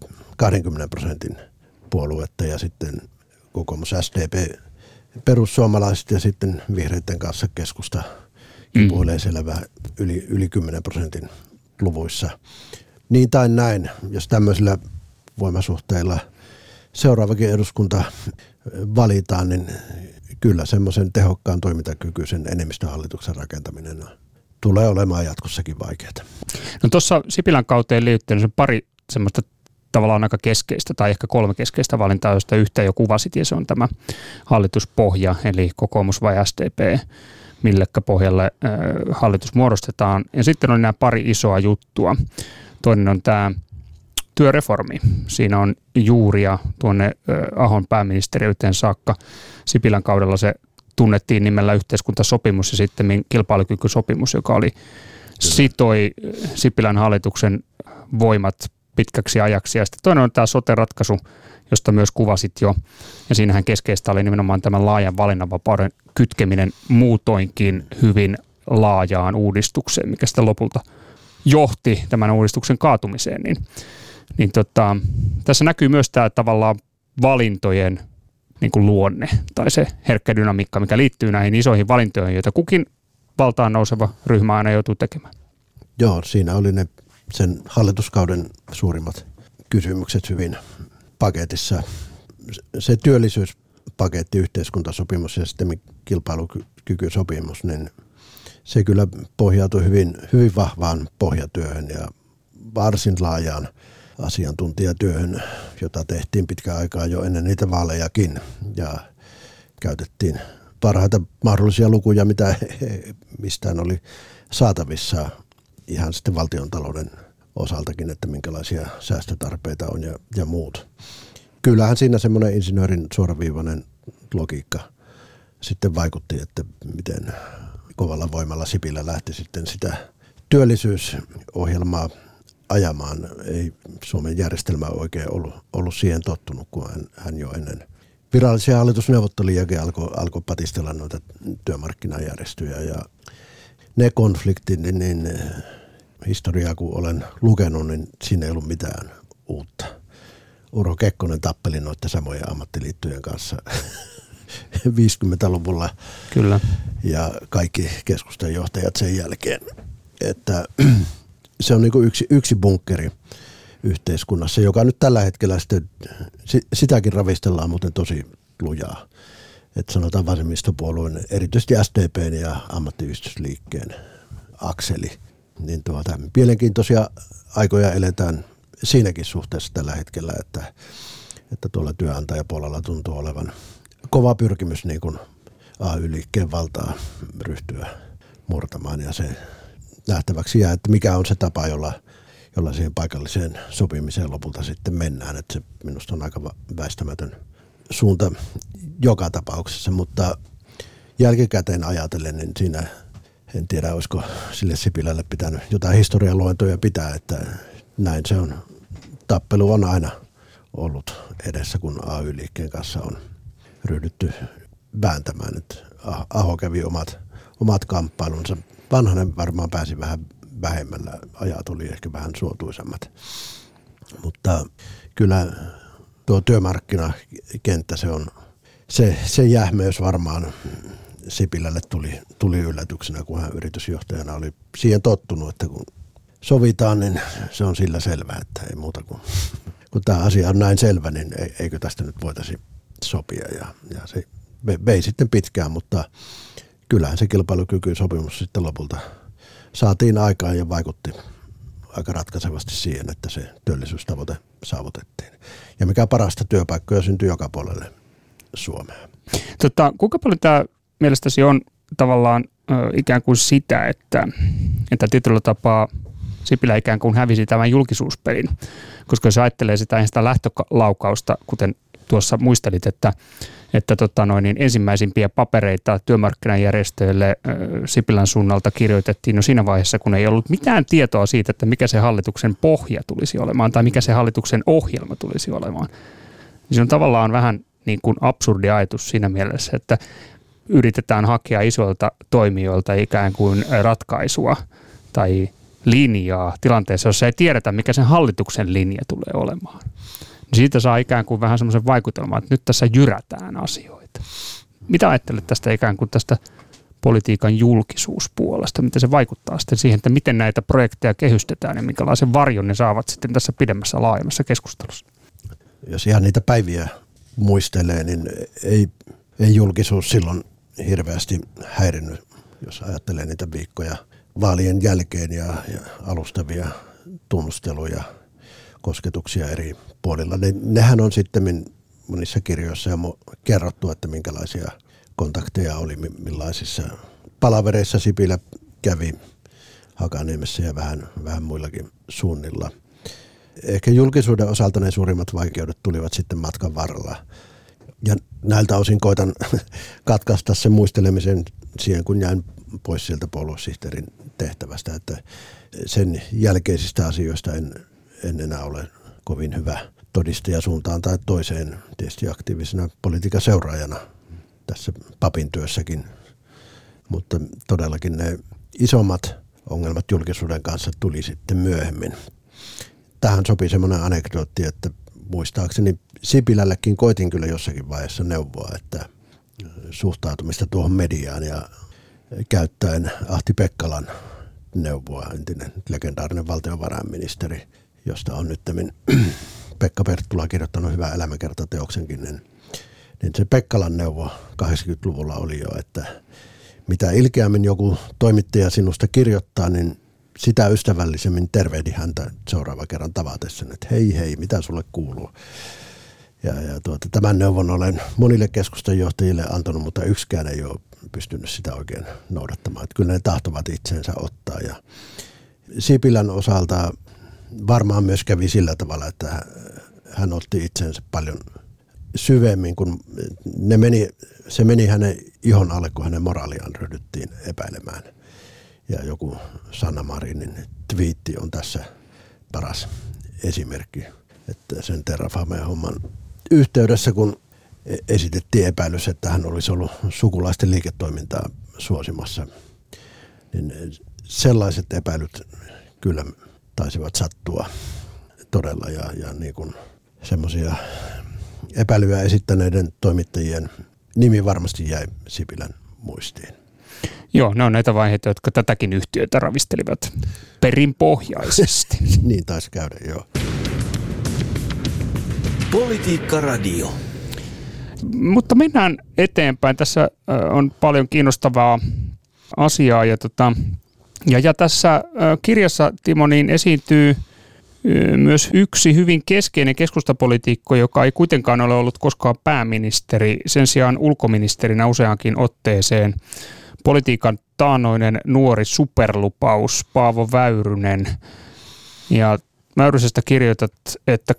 20% puoluetta ja sitten kokoomus, SDP, perussuomalaiset ja sitten vihreiden kanssa keskusta kipuilee selvää yli 10% luvuissa. Niin tai näin, jos tämmöisillä voimasuhteilla seuraavakin eduskunta valitaan, niin kyllä semmoisen tehokkaan toimintakykyisen enemmistöhallituksen rakentaminen tulee olemaan jatkossakin vaikeaa. No tuossa Sipilän kauteen liittyen on pari semmoista tavallaan aika keskeistä tai ehkä 3 keskeistä valintaa, josta yhtä jo kuvasit, ja se on tämä hallituspohja, eli kokoomus vai SDP, millekä pohjalle hallitus muodostetaan. Ja sitten on nämä pari isoa juttua. Toinen on tämä työreformi. Siinä on juuria tuonne Ahon pääministeriyteen saakka. Sipilän kaudella se tunnettiin nimellä yhteiskuntasopimus ja sitten kilpailukykysopimus, joka sitoi Sipilän hallituksen voimat pitkäksi ajaksi. Ja sitten toinen on tämä sote-ratkaisu, josta myös kuvasit jo. Ja siinähän keskeistä oli nimenomaan tämän laajan valinnanvapauden kytkeminen muutoinkin hyvin laajaan uudistukseen, mikä sitten lopulta johti tämän uudistuksen kaatumiseen. Tässä näkyy myös tämä tavallaan valintojen niin kuin luonne tai se herkkä dynamiikka, mikä liittyy näihin isoihin valintoihin, joita kukin valtaan nouseva ryhmä aina joutuu tekemään. Joo, siinä oli ne sen hallituskauden suurimmat kysymykset hyvin paketissa. Se työllisyyspaketti, yhteiskuntasopimus ja sitten kilpailukykysopimus, niin se kyllä pohjautui hyvin vahvaan pohjatyöhön ja varsin laajaan asiantuntijatyöhön, jota tehtiin pitkään aikaa jo ennen niitä vaalejakin ja käytettiin parhaita mahdollisia lukuja, mitä mistään oli saatavissa ihan sitten valtiontalouden osaltakin, että minkälaisia säästötarpeita on ja muut. Kyllähän siinä semmoinen insinöörin suoraviivainen logiikka sitten vaikutti, että miten kovalla voimalla Sipilä lähti sitten sitä työllisyysohjelmaa ajamaan. Ei Suomen järjestelmä oikein ollut siihen tottunut, kun hän jo ennen virallisia hallitusneuvottelujakin alkoi patistella noita työmarkkinajärjestöjä ja ne konfliktit, niin historiaa kun olen lukenut, niin siinä ei ollut mitään uutta. Urho Kekkonen tappeli noiden samojen ammattiliittojen kanssa 50-luvulla. Kyllä. Ja kaikki keskustan johtajat sen jälkeen. Että se on niin kuin yksi bunkkeri yhteiskunnassa, joka nyt tällä hetkellä sitten, sitäkin ravistellaan muuten tosi lujaa. Että sanotaan vasemmistopuolueen, erityisesti SDP:n ja ammattiyhdistysliikkeen akseli. Niin mielenkiintoisia aikoja eletään siinäkin suhteessa tällä hetkellä, että tuolla työnantajapuolella tuntuu olevan kova pyrkimys niin kuin AY-liikkeen valtaa ryhtyä murtamaan. Ja se nähtäväksi jää, että mikä on se tapa, jolla siihen paikalliseen sopimiseen lopulta sitten mennään. Että se minusta on aika väistämätön suunta joka tapauksessa, mutta jälkikäteen ajatellen, niin siinä en tiedä, olisiko sille Sipilälle pitänyt jotain historialuentoja pitää, että näin se on. Tappelu on aina ollut edessä, kun AY-liikkeen kanssa on ryhdytty vääntämään. Että Aho kävi omat kamppailunsa. Vanhanen varmaan pääsi vähän vähemmällä, ajat oli ehkä vähän suotuisammat. Mutta kyllä tuo työmarkkinakenttä, se jähmeys varmaan Sipilälle tuli yllätyksenä, kun hän yritysjohtajana oli siihen tottunut, että kun sovitaan, niin se on sillä selvää, että ei muuta kuin kun tämä asia on näin selvä, niin eikö tästä nyt voitaisi sopia. Ja se vei sitten pitkään, mutta kyllähän se kilpailukykysopimus sitten lopulta saatiin aikaan ja vaikutti aika ratkaisevasti siihen, että se työllisyystavoite saavutettiin. Ja mikä parasta, työpaikkoja syntyi joka puolelle Suomea. Kuinka paljon tämä mielestäsi on tavallaan ikään kuin sitä, että tietyllä tapaa Sipilä ikään kuin hävisi tämän julkisuuspelin, koska jos ajattelee sitä lähtölaukausta, kuten tuossa muistelit, että ensimmäisimpiä papereita työmarkkinajärjestöille Sipilän suunnalta kirjoitettiin no siinä vaiheessa, kun ei ollut mitään tietoa siitä, että mikä se hallituksen pohja tulisi olemaan tai mikä se hallituksen ohjelma tulisi olemaan. Se on tavallaan vähän niin kuin absurdi ajatus siinä mielessä, että yritetään hakea isoilta toimijoilta ikään kuin ratkaisua tai linjaa tilanteessa, jossa ei tiedetä, mikä sen hallituksen linja tulee olemaan. Siitä saa ikään kuin vähän semmoisen vaikutelman, että nyt tässä jyrätään asioita. Mitä ajattelet tästä ikään kuin tästä politiikan julkisuuspuolesta? Miten se vaikuttaa sitten siihen, että miten näitä projekteja kehystetään ja minkälaisen varjon ne saavat sitten tässä pidemmässä laajemmassa keskustelussa? Jos ihan niitä päiviä muistelee, niin ei julkisuus silloin hirveästi häirinnyt, jos ajattelee niitä viikkoja vaalien jälkeen ja alustavia tunnusteluja, kosketuksia eri puolilla. Nehän on sitten monissa kirjoissa jo kerrottu, että minkälaisia kontakteja oli, millaisissa palavereissa Sipilä kävi Hakaniemessä ja vähän muillakin suunnilla. Ehkä julkisuuden osalta ne suurimmat vaikeudet tulivat sitten matkan varrella. Ja näiltä osin koitan katkaista sen muistelemisen siihen, kun jäin pois sieltä puoluesihteerin tehtävästä, että sen jälkeisistä asioista en enää ole kovin hyvä todistaja suuntaan tai toiseen, tietysti aktiivisena politiikan seuraajana tässä papin työssäkin, mutta todellakin ne isommat ongelmat julkisuuden kanssa tuli sitten myöhemmin. Tähän sopii semmoinen anekdootti, että muistaakseni Sipilällekin koitin kyllä jossakin vaiheessa neuvoa, että suhtautumista tuohon mediaan ja käyttäen Ahti Pekkalan neuvoa, entinen legendaarinen valtiovarainministeri, josta on nyt Pekka Perttula kirjoittanut hyvän elämäkertateoksenkin, niin se Pekkalan neuvo 80-luvulla oli jo, että mitä ilkeämmin joku toimittaja sinusta kirjoittaa, niin sitä ystävällisemmin tervehdi häntä seuraava kerran tavatessa, että hei, mitä sulle kuuluu. Ja tämän neuvon olen monille keskustanjohtajille antanut, mutta yksikään ei ole pystynyt sitä oikein noudattamaan. Että kyllä ne tahtovat itseensä ottaa. Ja Sipilän osalta varmaan myös kävi sillä tavalla, että hän otti itsensä paljon syvemmin, kun se meni hänen ihon alle, kun hänen moraaliaan ryhdyttiin epäilemään. Ja joku Sanna Marinin twiitti on tässä paras esimerkki, että sen Terrafame-homman yhteydessä, kun esitettiin epäilys, että hän olisi ollut sukulaisten liiketoimintaa suosimassa. Niin sellaiset epäilyt kyllä taisivat sattua todella ja niin kuin semmoisia epäilyjä esittäneiden toimittajien nimi varmasti jäi Sipilän muistiin. Joo, ne on näitä vaiheita, jotka tätäkin yhtiötä ravistelivat perinpohjaisesti. Niin taisi käydä, joo. Politiikka Radio. Mutta mennään eteenpäin. Tässä on paljon kiinnostavaa asiaa ja tässä kirjassa, Timo, niin esiintyy myös yksi hyvin keskeinen keskustapoliitikko, joka ei kuitenkaan ole ollut koskaan pääministeri, sen sijaan ulkoministerinä useankin otteeseen. Politiikan taannoinen nuori superlupaus Paavo Väyrynen. Ja Väyrysestä kirjoitat, että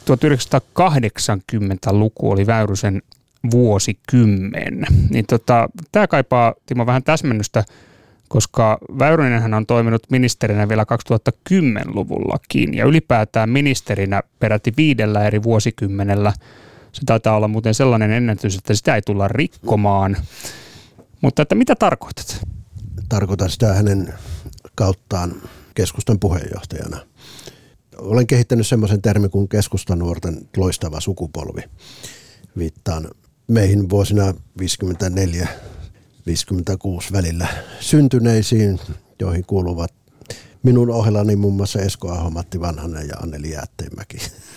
1980-luku oli Väyrysen vuosikymmen. Niin tämä kaipaa, Timo, vähän täsmennystä, koska Väyrynenhän on toiminut ministerinä vielä 2010-luvullakin ja ylipäätään ministerinä peräti 5 eri vuosikymmenellä. Se taitaa olla muuten sellainen ennätys, että sitä ei tulla rikkomaan. Mutta että mitä tarkoitat? Tarkoitan sitä hänen kauttaan keskustan puheenjohtajana. Olen kehittänyt semmoisen termin kuin keskustanuorten loistava sukupolvi. Viittaan meihin vuosina 54-56 välillä syntyneisiin, joihin kuuluvat minun ohellani muun muassa Esko Aho, Matti Vanhanen ja Anneli Jäätteenmäki.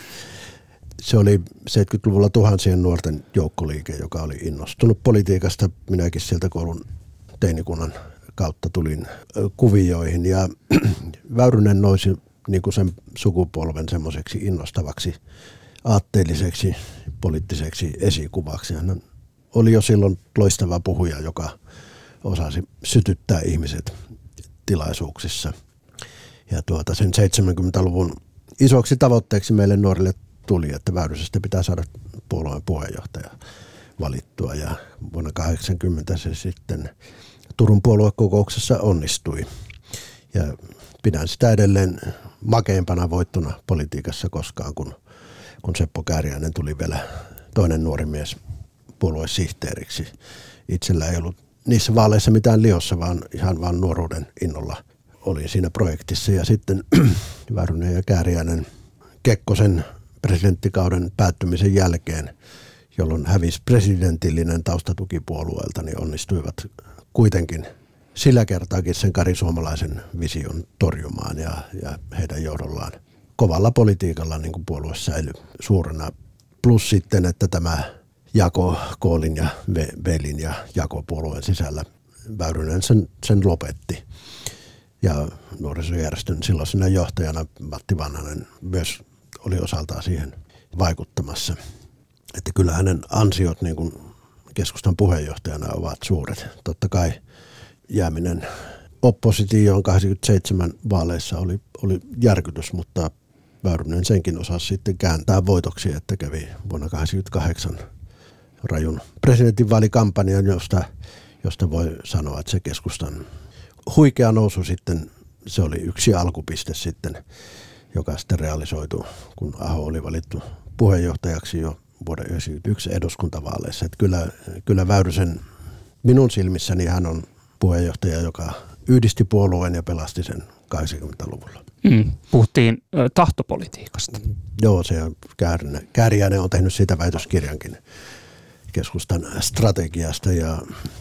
Se oli 70-luvulla tuhansien nuorten joukkoliike, joka oli innostunut politiikasta. Minäkin sieltä koulun teinikunnan kautta tulin kuvioihin ja Väyrynen nousi niin kuin sen sukupolven semmoiseksi innostavaksi, aatteelliseksi, poliittiseksi esikuvaksi. Hän oli jo silloin loistava puhuja, joka osasi sytyttää ihmiset tilaisuuksissa. Ja sen 70-luvun isoksi tavoitteeksi meille nuorille tuli, että Väyrysestä pitää saada puolueen puheenjohtaja valittua. Ja vuonna 1980 se sitten Turun puoluekokouksessa onnistui. Ja pidän sitä edelleen makeimpana voittona politiikassa koskaan, kun Seppo Kääriäinen tuli vielä toinen nuori mies puoluesihteeriksi. Itsellä ei ollut niissä vaaleissa mitään liossa, vaan ihan vaan nuoruuden innolla olin siinä projektissa. Ja sitten Väyrynen ja Kääriäinen Kekkosen presidenttikauden päättymisen jälkeen, jolloin hävisi presidentillinen taustatuki puolueelta, niin onnistuivat kuitenkin sillä kertaakin sen karisuomalaisen vision torjumaan ja heidän johdollaan kovalla politiikalla niin kuin puolue säilyi suurena. Plus sitten, että tämä jako K-lin ja V-lin ja jako puolueen sisällä Väyrynen sen lopetti. Ja nuorisojärjestön silloisena johtajana Matti Vanhanen myös oli osaltaan siihen vaikuttamassa. Että kyllä hänen ansiot niin kuin keskustan puheenjohtajana ovat suuret. Totta kai jääminen oppositioon 87 vaaleissa oli järkytys, mutta Väyrynen senkin osasi sitten kääntää voitoksi, että kävi vuonna 88 rajun presidentinvaalikampanjan, josta voi sanoa, että se keskustan huikea nousu sitten, se oli yksi alkupiste sitten, joka sitten realisoitui, kun Aho oli valittu puheenjohtajaksi jo vuoden 1991 eduskuntavaaleissa. Että kyllä Väyrysen minun silmissäni hän on puheenjohtaja, joka yhdisti puolueen ja pelasti sen 80-luvulla. Puhuttiin tahtopolitiikasta. Joo, se Kääriäinen on tehnyt siitä väitöskirjankin keskustan strategiasta ja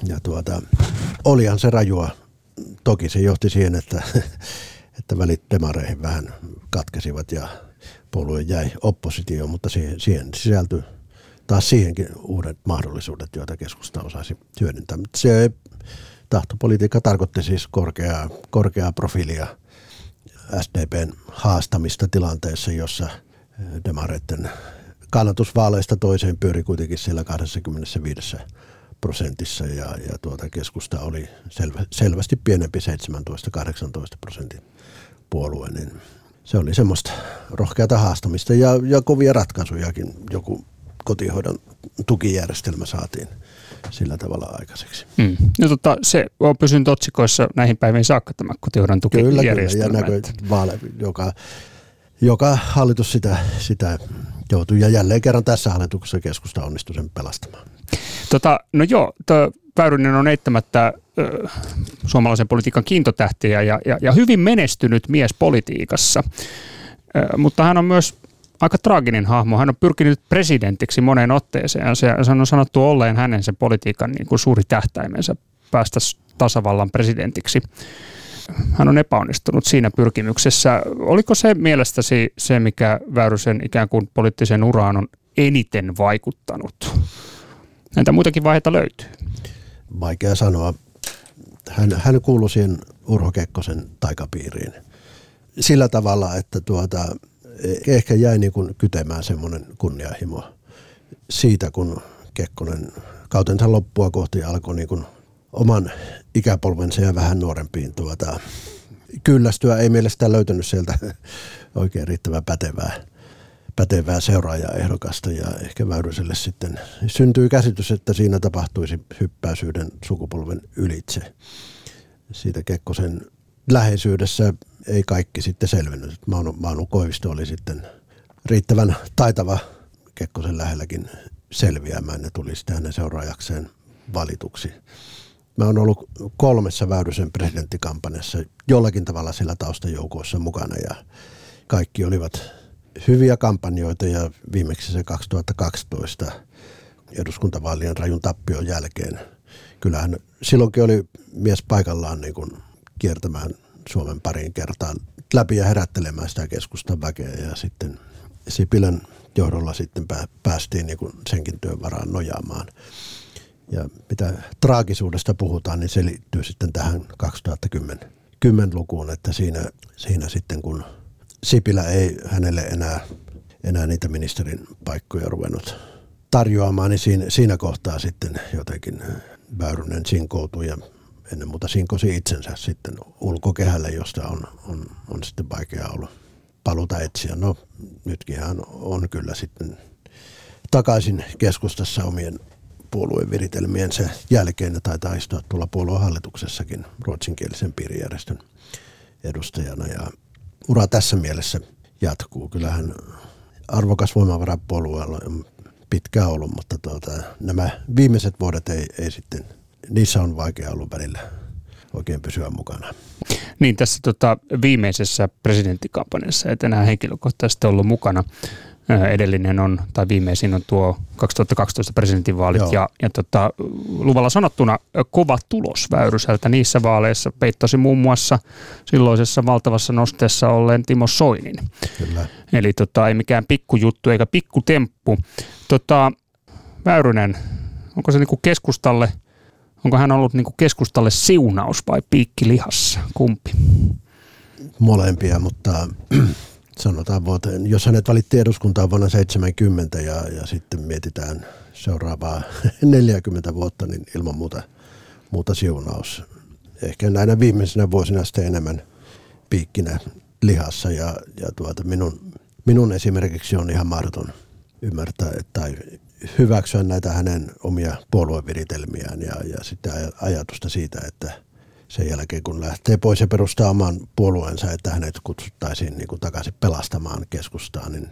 olihan se rajua. Toki se johti siihen, että välit demareihin vähän katkesivat ja puolue jäi oppositioon, mutta siihen sisältyi taas siihenkin uudet mahdollisuudet, joita keskusta osasi hyödyntää. Se tahtopolitiikka tarkoitti siis korkeaa profiilia SDPn haastamista tilanteessa, jossa demareiden kannatusvaaleista toiseen pyöri kuitenkin siellä 25% ja keskusta oli selvästi pienempi 17-18% puolue, niin se oli semmoista rohkeata haastamista ja kovia ratkaisujakin. Joku kotihoidon tukijärjestelmä saatiin sillä tavalla aikaiseksi. No se on pysynyt otsikoissa näihin päiviin saakka tämä kotihoidon tukijärjestelmä. Kyllä, ja joka hallitus sitä joutui. Ja jälleen kerran tässä hallituksessa keskusta onnistui sen pelastamaan. No joo, Väyrynen on eittämättä suomalaisen politiikan kiintotähtiä ja hyvin menestynyt mies politiikassa, mutta hän on myös aika traaginen hahmo. Hän on pyrkinyt presidentiksi moneen otteeseen ja se on sanottu olleen hänen sen politiikan niin kuin suuri tähtäimensä päästä tasavallan presidentiksi. Hän on epäonnistunut siinä pyrkimyksessä. Oliko se mielestäsi se, mikä Väyrysen ikään kuin poliittisen uraan on eniten vaikuttanut? Näitä muitakin vaiheita löytyy. Vaikea sanoa. Hän kuului siihen Urho Kekkosen taikapiiriin sillä tavalla, että ehkä jäi niin kuin kytemään semmoinen kunnianhimo siitä, kun Kekkonen kautensa loppua kohti alkoi niin kuin oman ikäpolvensa ja vähän nuorempiin kyllästyä. Ei mielestäni löytänyt sieltä oikein riittävän pätevää seuraajaehdokasta ja ehkä Väyryselle sitten syntyi käsitys, että siinä tapahtuisi hyppäisyyden sukupolven ylitse. Siitä Kekkosen läheisyydessä ei kaikki sitten selvinnyt. Mauno Koivisto oli sitten riittävän taitava Kekkosen lähelläkin selviämään ja tuli sitten hänen seuraajakseen valituksi. Mä oon ollut 3 Väyrysen presidenttikampanjassa jollakin tavalla sillä taustajoukoissa mukana ja kaikki olivat hyviä kampanjoita ja viimeksi se 2012 eduskuntavaalien rajun tappion jälkeen. Kyllähän silloinkin oli mies paikallaan niin kuin kiertämään Suomen pariin kertaan läpi ja herättelemään sitä keskustan väkeä ja sitten Sipilän johdolla sitten päästiin niin kuin senkin työn varaan nojaamaan. Ja mitä traagisuudesta puhutaan, niin se liittyy sitten tähän 2010-lukuun, että siinä sitten kun Sipilä ei hänelle enää niitä ministerin paikkoja ruvennut tarjoamaan, niin siinä kohtaa sitten jotenkin Väyrynen sinkoutui ja ennen muuta sinkosi itsensä sitten ulkokehälle, josta on sitten vaikea ollut paluuta etsiä. No nytkin hän on kyllä sitten takaisin keskustassa omien puolueen viritelmiensä jälkeen ja taitaa istua tuolla puoluehallituksessakin ruotsinkielisen piirijärjestön edustajana ja ura tässä mielessä jatkuu. Kyllähän arvokas voimavara puolueella on pitkään ollut, mutta nämä viimeiset vuodet ei sitten, niissä on vaikea ollut välillä oikein pysyä mukana. Niin tässä viimeisessä presidenttikampanjassa et enää henkilökohtaisesti ollut mukana. Edellinen on, tai viimeisin on tuo 2012 presidentinvaalit ja luvalla sanottuna kova tulos Väyryseltä niissä vaaleissa peittasi muun muassa silloisessa valtavassa nosteessa olleen Timo Soinin. Kyllä. Eli ei mikään pikkujuttu eikä pikkutemppu. Väyrynen, onko se niinku keskustalle, onko hän ollut niinku keskustalle siunaus vai piikki lihassa? Kumpi? Molempia, mutta sanotaan vuoteen, jos hänet valittiin eduskuntaan vuonna 1970 ja sitten mietitään seuraavaa 40 vuotta, niin ilman muuta siunaus. Ehkä näinä viimeisenä vuosina sitten enemmän piikkinä lihassa ja minun esimerkiksi on ihan mahdoton ymmärtää tai hyväksyä näitä hänen omia puolueviritelmiään ja sitten ajatusta siitä, että sen jälkeen kun lähtee pois ja perustaa oman puolueensa, että hänet kutsuttaisiin niin kuin takaisin pelastamaan keskustaa, niin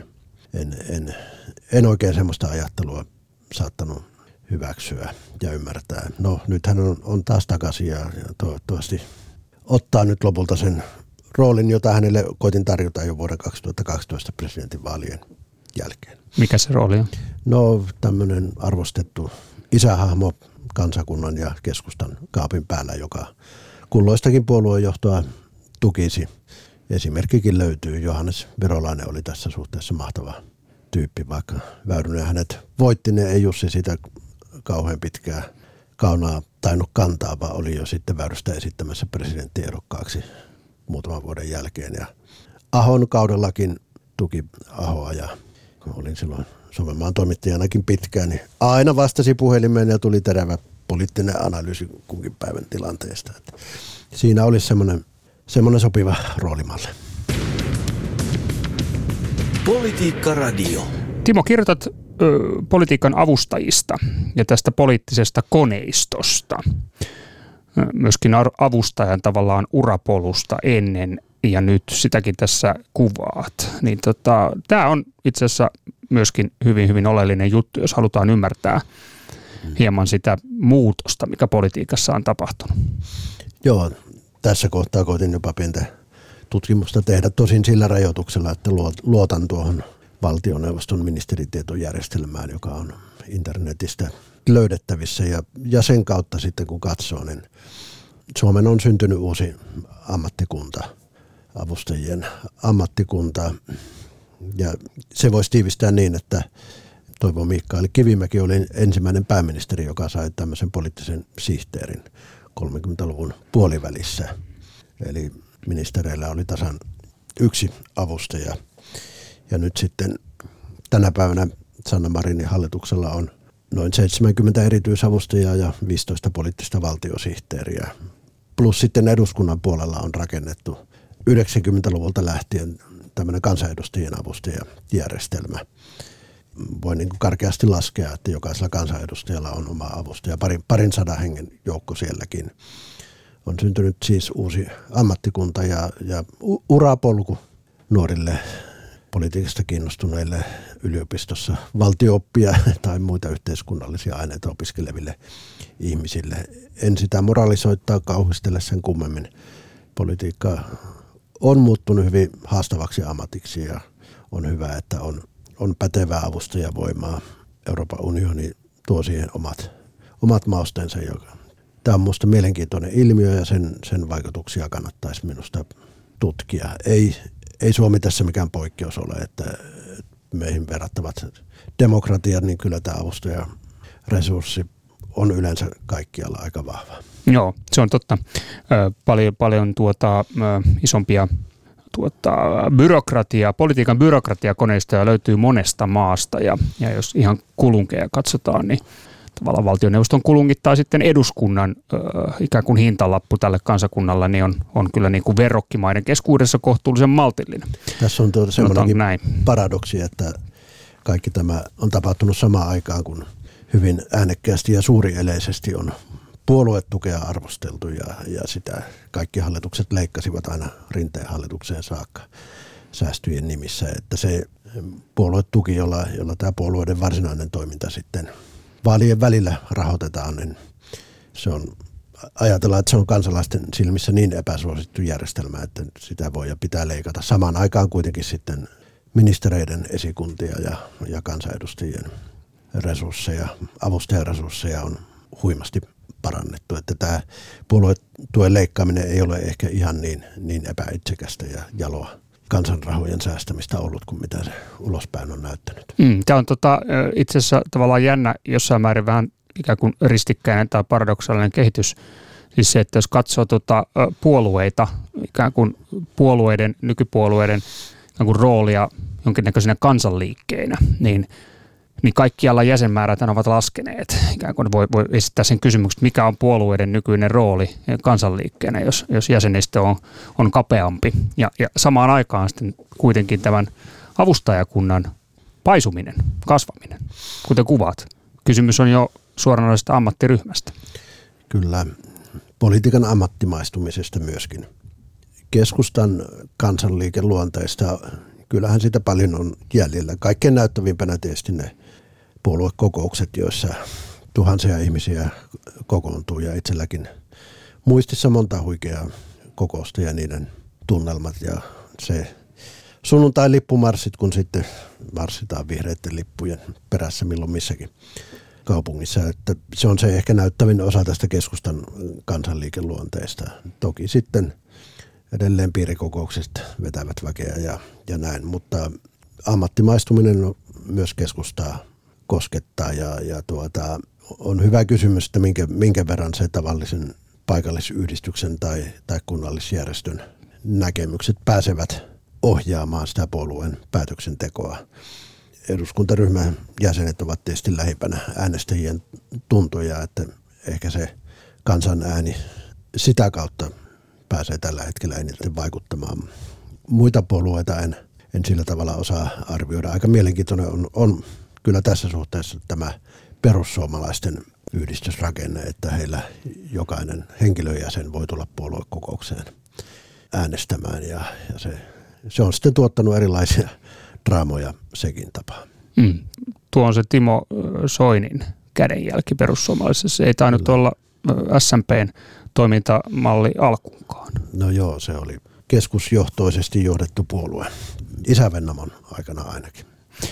en oikein semmoista ajattelua saattanut hyväksyä ja ymmärtää. No nyt hän on taas takaisin ja toivottavasti ottaa nyt lopulta sen roolin, jota hänelle koitin tarjota jo vuoden 2012 presidentinvaalien jälkeen. Mikä se rooli on? No tämmöinen arvostettu isähahmo kansakunnan ja keskustan kaapin päällä, joka kulloistakin puoluejohtoa tukisi. Esimerkkikin löytyy. Johannes Virolainen oli tässä suhteessa mahtava tyyppi, vaikka Väyrynen hänet voitti, niin ei Jussi sitä kauhean pitkää kaunaa tainnut kantaa, vaan oli jo sitten Väyrystä esittämässä presidenttiehdokkaaksi muutaman vuoden jälkeen. Ja Ahon kaudellakin tuki Ahoa ja olin silloin Suomenmaan toimittajanakin pitkään, niin aina vastasi puhelimeen ja tuli terävä poliittinen analyysi kunkin päivän tilanteesta. Että siinä olisi semmoinen sopiva roolimalli. Politiikka Radio. Timo, kirjoitat politiikan avustajista ja tästä poliittisesta koneistosta. Myöskin avustajan tavallaan urapolusta ennen ja nyt sitäkin tässä kuvaat. Niin tämä on itse asiassa myöskin hyvin, hyvin oleellinen juttu, jos halutaan ymmärtää hieman sitä muutosta, mikä politiikassa on tapahtunut. Joo, tässä kohtaa koitin jopa pientä tutkimusta tehdä, tosin sillä rajoituksella, että luotan tuohon valtioneuvoston ministeritietojärjestelmään, joka on internetistä löydettävissä ja sen kautta sitten kun katsoo, niin Suomeen on syntynyt uusi ammattikunta, avustajien ammattikunta, ja se voisi tiivistää niin, että Toivo Mikael Kivimäki oli ensimmäinen pääministeri, joka sai tämmöisen poliittisen sihteerin 30-luvun puolivälissä. Eli ministereillä oli tasan yksi avustaja. Ja nyt sitten tänä päivänä Sanna Marinin hallituksella on noin 70 erityisavustajaa ja 15 poliittista valtiosihteeriä. Plus sitten eduskunnan puolella on rakennettu 90-luvulta lähtien tämmöinen kansanedustajien avustajajärjestelmä. Voi niin kuin karkeasti laskea, että jokaisella kansanedustajalla on oma avustaja. Parin sadan hengen joukko sielläkin. On syntynyt siis uusi ammattikunta ja urapolku nuorille politiikasta kiinnostuneille yliopistossa valtio-oppia tai muita yhteiskunnallisia aineita opiskeleville ihmisille. En sitä moralisoittaa kauhistella sen kummemmin. Politiikka on muuttunut hyvin haastavaksi ammatiksi ja on hyvä, että on pätevää avustajavoimaa. Euroopan unioni tuo siihen omat maustensa. Tämä on minusta mielenkiintoinen ilmiö ja sen vaikutuksia kannattaisi minusta tutkia. Ei Suomi tässä mikään poikkeus ole, että meihin verrattavat demokratiat, niin kyllä tämä avustajaresurssi on yleensä kaikkialla aika vahva. Joo, se on totta. Paljon isompia politiikan byrokratiakoneistoja löytyy monesta maasta ja jos ihan kulunkeja katsotaan, niin tavallaan valtioneuvoston kulungit tai sitten eduskunnan ikään kuin hintalappu tälle kansakunnalla niin on kyllä niin kuin verrokkimaiden keskuudessa kohtuullisen maltillinen. Tässä on semmoinenkin paradoksi, että kaikki tämä on tapahtunut samaan aikaan, kun hyvin äänekkäästi ja suurieleisesti on puoluetukea arvosteltu ja sitä kaikki hallitukset leikkasivat aina Rinteen hallitukseen saakka säästöjen nimissä, että se puoluetuki, jolla tämä puolueiden varsinainen toiminta sitten vaalien välillä rahoitetaan, niin ajatellaan, että se on kansalaisten silmissä niin epäsuosittu järjestelmä, että sitä voi ja pitää leikata. Samaan aikaan kuitenkin sitten ministereiden esikuntia ja kansanedustajien resursseja, avustajaresursseja on huimasti parannettu, että tämä puoluetuen leikkaaminen ei ole ehkä ihan niin epäitsekästä ja jaloa kansanrahojen säästämistä ollut kuin mitä se ulospäin on näyttänyt. Tämä on itse asiassa tavallaan jännä, jossain määrin vähän ikään kuin ristikkäinen tai paradoksaalinen kehitys. Siis se, että jos katsoo puolueita, ikään kuin nykypuolueiden ikään kuin roolia jonkinnäköisenä kansanliikkeinä, niin kaikkialla jäsenmäärät ovat laskeneet. Ikään kuin voi esittää sen kysymyksen, mikä on puolueiden nykyinen rooli kansanliikkeenä, jos jäsenistö on kapeampi. Ja samaan aikaan sitten kuitenkin tämän avustajakunnan paisuminen, kasvaminen, kuten kuvat. Kysymys on jo suoranaisesta ammattiryhmästä. Kyllä, politiikan ammattimaistumisesta myöskin. Keskustan kansanliikeluonteista, kyllähän sitä paljon on jäljellä. Kaikkein näyttävimpänä tietysti ne puoluekokoukset, joissa tuhansia ihmisiä kokoontuu ja itselläkin muistissa monta huikeaa kokousta ja niiden tunnelmat ja se sunnuntai-lippumarssit, kun sitten marssitaan vihreiden lippujen perässä milloin missäkin kaupungissa. Että se on se ehkä näyttävin osa tästä keskustan kansanliikeluonteesta. Toki sitten edelleen piirikokoukset vetävät väkeä ja näin, mutta ammattimaistuminen myös keskustaa koskettaa ja on hyvä kysymys, että minkä verran se tavallisen paikallisyhdistyksen tai kunnallisjärjestön näkemykset pääsevät ohjaamaan sitä puolueen päätöksentekoa. Eduskuntaryhmän jäsenet ovat tietysti lähimpänä äänestäjien tuntoja, että ehkä se kansan ääni sitä kautta pääsee tällä hetkellä eniten vaikuttamaan. Muita puolueita en sillä tavalla osaa arvioida. Aika mielenkiintoinen on kyllä tässä suhteessa tämä perussuomalaisten yhdistysrakenne, että heillä jokainen henkilöjäsen voi tulla puoluekokoukseen äänestämään ja se on sitten tuottanut erilaisia draamoja sekin tapaa. Tuo on se Timo Soinin kädenjälki perussuomalaisessa. Se ei tainnut olla SMP:n toimintamalli alkuunkaan. No joo, se oli keskusjohtoisesti johdettu puolue. Isä Vennamon aikana ainakin.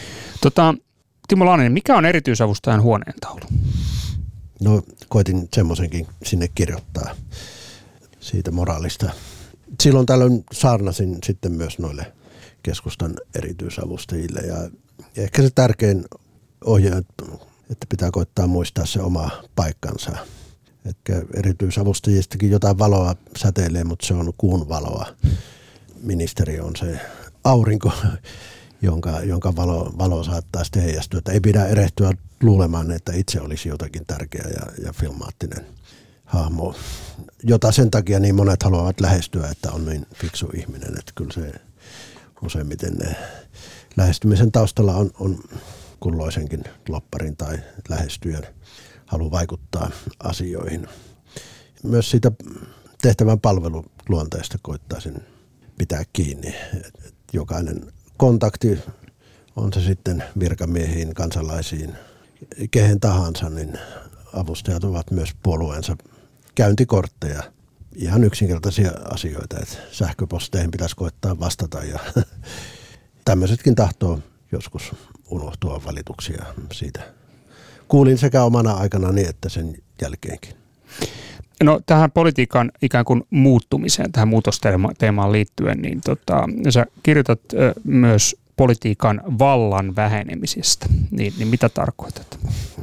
Timo Laaninen, mikä on erityisavustajan huoneentaulu? No koitin semmoisenkin sinne kirjoittaa siitä moraalista. Silloin tällöin saarnasin sitten myös noille keskustan erityisavustajille ja ehkä se tärkein ohje, että pitää koittaa muistaa se oma paikkansa. Että erityisavustajistakin jotain valoa säteilee, mutta se on kuun valoa. Ministeri on se aurinko, jonka valo saattaa sitten heijastua. Että ei pidä erehtyä luulemaan, että itse olisi jotakin tärkeä ja filmaattinen hahmo, jota sen takia niin monet haluavat lähestyä, että on niin fiksu ihminen. Että kyllä se useimmiten lähestymisen taustalla on kulloisenkin lopparin tai lähestyjän halu vaikuttaa asioihin. Myös siitä tehtävän palveluluonteesta koittaisin pitää kiinni. Jokainen kontakti, on se sitten virkamiehiin, kansalaisiin, kehen tahansa, niin avustajat ovat myös puolueensa käyntikortteja. Ihan yksinkertaisia asioita, että sähköposteihin pitäisi koittaa vastata ja tämmöisetkin tahtoo joskus unohtua valituksia siitä. Kuulin sekä omana aikanani että sen jälkeenkin. No tähän politiikan ikään kuin muuttumiseen, tähän muutosteemaan liittyen, niin sä kirjoitat myös politiikan vallan vähenemisestä. Niin mitä tarkoitat?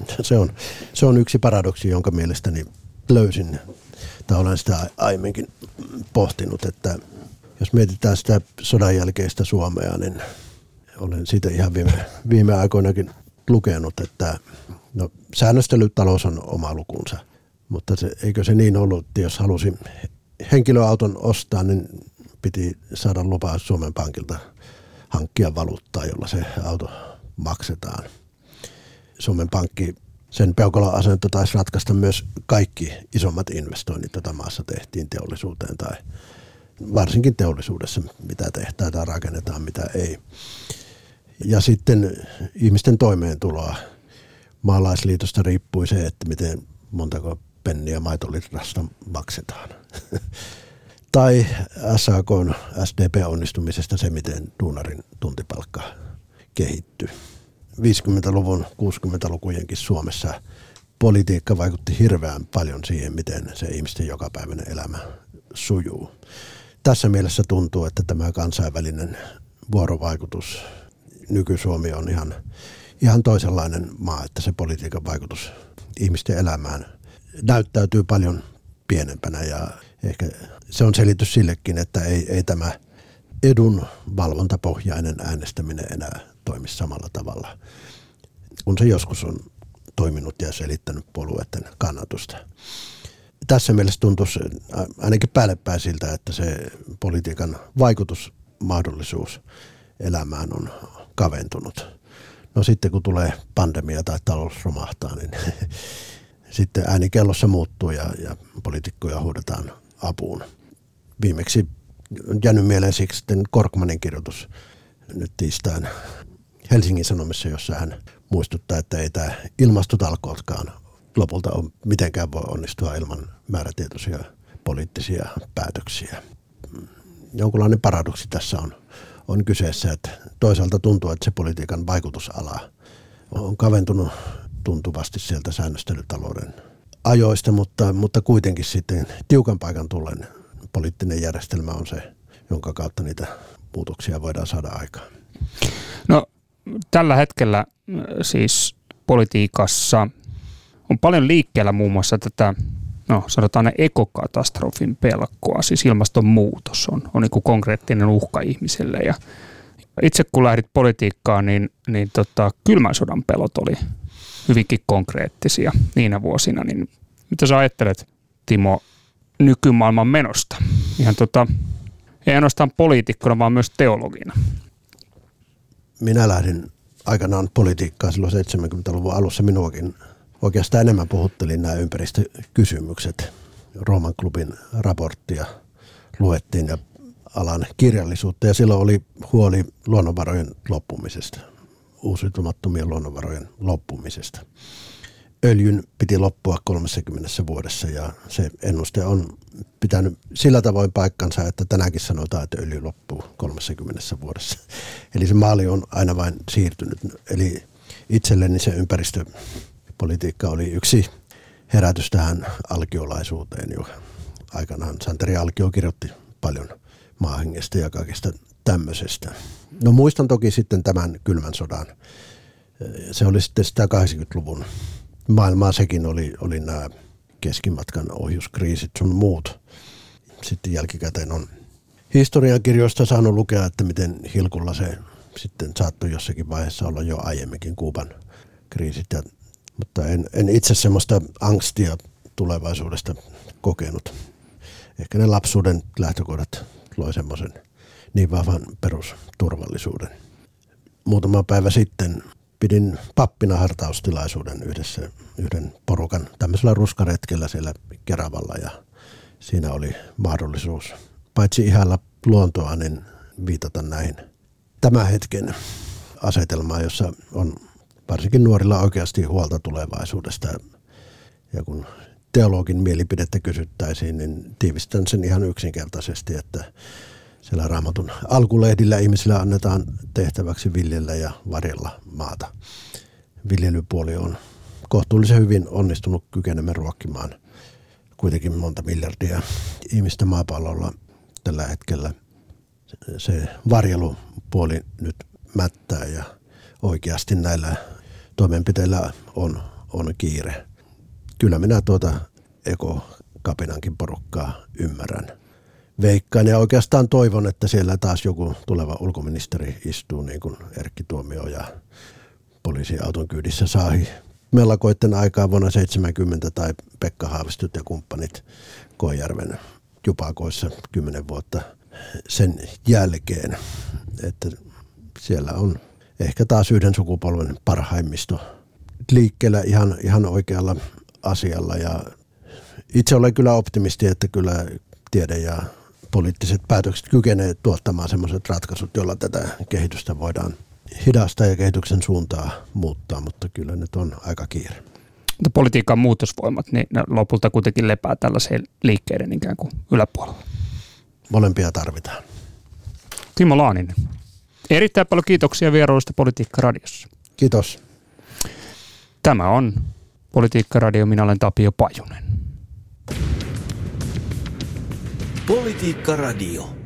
Se on yksi paradoksi, jonka mielestäni löysin, tai olen sitä aiemminkin pohtinut, että jos mietitään sitä sodan jälkeistä Suomea, niin olen siitä ihan viime aikoinakin lukenut, että no, säännöstelytalous on oma lukunsa, mutta eikö se niin ollut, että jos halusi henkilöauton ostaa, niin piti saada lupaa Suomen Pankilta hankkia valuuttaa, jolla se auto maksetaan. Suomen Pankki, sen peukaloasento taisi ratkaista myös kaikki isommat investoinnit, joita maassa tehtiin teollisuuteen tai varsinkin teollisuudessa, mitä tehtäitä rakennetaan, mitä ei. Ja sitten ihmisten toimeentuloa. Maalaisliitosta riippui se, että miten montako penniä maitolitrasta maksetaan. Tai SAK:n SDP-onnistumisesta se, miten duunarin tuntipalkka kehittyi. 50-luvun, 60-lukujenkin Suomessa politiikka vaikutti hirveän paljon siihen, miten se ihmisten jokapäiväinen elämä sujuu. Tässä mielessä tuntuu, että tämä kansainvälinen vuorovaikutus, nyky-Suomi on ihan toisenlainen maa, että se politiikan vaikutus ihmisten elämään näyttäytyy paljon pienempänä ja ehkä se on selitys sillekin, että ei tämä edun valvontapohjainen äänestäminen enää toimi samalla tavalla, kun se joskus on toiminut ja selittänyt puolueiden kannatusta. Tässä mielessä tuntuisi ainakin päällepäin siltä, että se politiikan vaikutusmahdollisuus elämään on kaventunut. No sitten kun tulee pandemia tai talous romahtaa, niin sitten ääni kellossa muuttuu ja poliitikkoja huudetaan apuun. Viimeksi on jäänyt mieleen siksi sitten Korkmanin kirjoitus nyt tiistain Helsingin Sanomissa, jossa hän muistuttaa, että ei tämä ilmastotalkootkaan lopulta on mitenkään voi onnistua ilman määrätietoisia poliittisia päätöksiä. Jonkunlainen paradoksi tässä on kyseessä, että toisaalta tuntuu, että se politiikan vaikutusala on kaventunut tuntuvasti sieltä säännöstelytalouden ajoista, mutta kuitenkin sitten tiukan paikan tullen poliittinen järjestelmä on se, jonka kautta niitä muutoksia voidaan saada aikaan. No tällä hetkellä siis politiikassa on paljon liikkeellä muun muassa tätä, sanotaan ekokatastrofin pelkoa, siis ilmastonmuutos on niin kuin konkreettinen uhka ihmiselle. Ja itse kun lähdit politiikkaan, niin kylmän sodan pelot oli hyvinkin konkreettisia niinä vuosina. Niin mitä sä ajattelet, Timo, nykymaailman menosta? Ihan ei ainoastaan poliitikkona, vaan myös teologina. Minä lähdin aikanaan politiikkaan silloin 70-luvun alussa. Minuakin oikeastaan enemmän puhuttelin nämä ympäristökysymykset. Rooman klubin raporttia luettiin ja alan kirjallisuutta ja silloin oli huoli luonnonvarojen loppumisesta. uusiutumattomien luonnonvarojen loppumisesta. Öljyn piti loppua 30 vuodessa ja se ennuste on pitänyt sillä tavoin paikkansa, että tänäänkin sanotaan, että öljy loppuu 30 vuodessa. Eli se maali on aina vain siirtynyt. Eli itselleni se ympäristöpolitiikka oli yksi herätys tähän alkiolaisuuteen jo. Aikanaan Santeri Alkio kirjoitti paljon maahengestä ja kaikesta tämmöisestä. No muistan toki sitten tämän kylmän sodan. Se oli sitten sitä 80-luvun maailmaa, sekin oli nämä keskimatkan ohjuskriisit sun muut. Sitten jälkikäteen on historiankirjoista saanut lukea, että miten hilkulla se sitten saattoi jossakin vaiheessa olla jo aiemminkin Kuuban kriisit. Mutta en itse semmoista angstia tulevaisuudesta kokenut. Ehkä ne lapsuuden lähtökohdat loi semmoisen niin vahvan perusturvallisuuden. Muutama päivä sitten pidin pappina hartaustilaisuuden yhdessä yhden porukan tämmöisellä ruskaretkellä siellä Keravalla ja siinä oli mahdollisuus paitsi ihailla luontoa, niin viitata näihin tämän hetken asetelmaan, jossa on varsinkin nuorilla oikeasti huolta tulevaisuudesta. Ja kun teologin mielipidettä kysyttäisiin, niin tiivistän sen ihan yksinkertaisesti, että siellä Raamatun alkulehdillä ihmisillä annetaan tehtäväksi viljellä ja varjella maata. Viljelypuoli on kohtuullisen hyvin onnistunut kykenemään ruokkimaan kuitenkin monta miljardia ihmistä maapallolla tällä hetkellä. Se varjelupuoli nyt mättää ja oikeasti näillä toimenpiteillä on kiire. Kyllä minä tuota ekokapinankin porukkaa ymmärrän. Veikkaan ja oikeastaan toivon, että siellä taas joku tuleva ulkoministeri istuu niin kuin Erkki Tuomioja poliisiauton kyydissä saahi mellakoitten aikaa vuonna 1970 tai Pekka Haavistot ja kumppanit Koijärven jupakoissa 10 vuotta sen jälkeen. Että siellä on ehkä taas yhden sukupolven parhaimmisto liikkeellä ihan oikealla asialla ja itse olen kyllä optimisti, että kyllä tiede ja poliittiset päätökset kykenevät tuottamaan sellaiset ratkaisut, joilla tätä kehitystä voidaan hidastaa ja kehityksen suuntaa muuttaa, mutta kyllä nyt on aika kiire. Mutta politiikan muutosvoimat, niin ne lopulta kuitenkin lepää tällaiseen liikkeiden ikään kuin yläpuolella. Molempia tarvitaan. Timo Laaninen, erittäin paljon kiitoksia vierailusta Politiikka Radiossa. Kiitos. Tämä on Politiikka Radio, minä olen Tapio Pajunen. Politiikka Radio.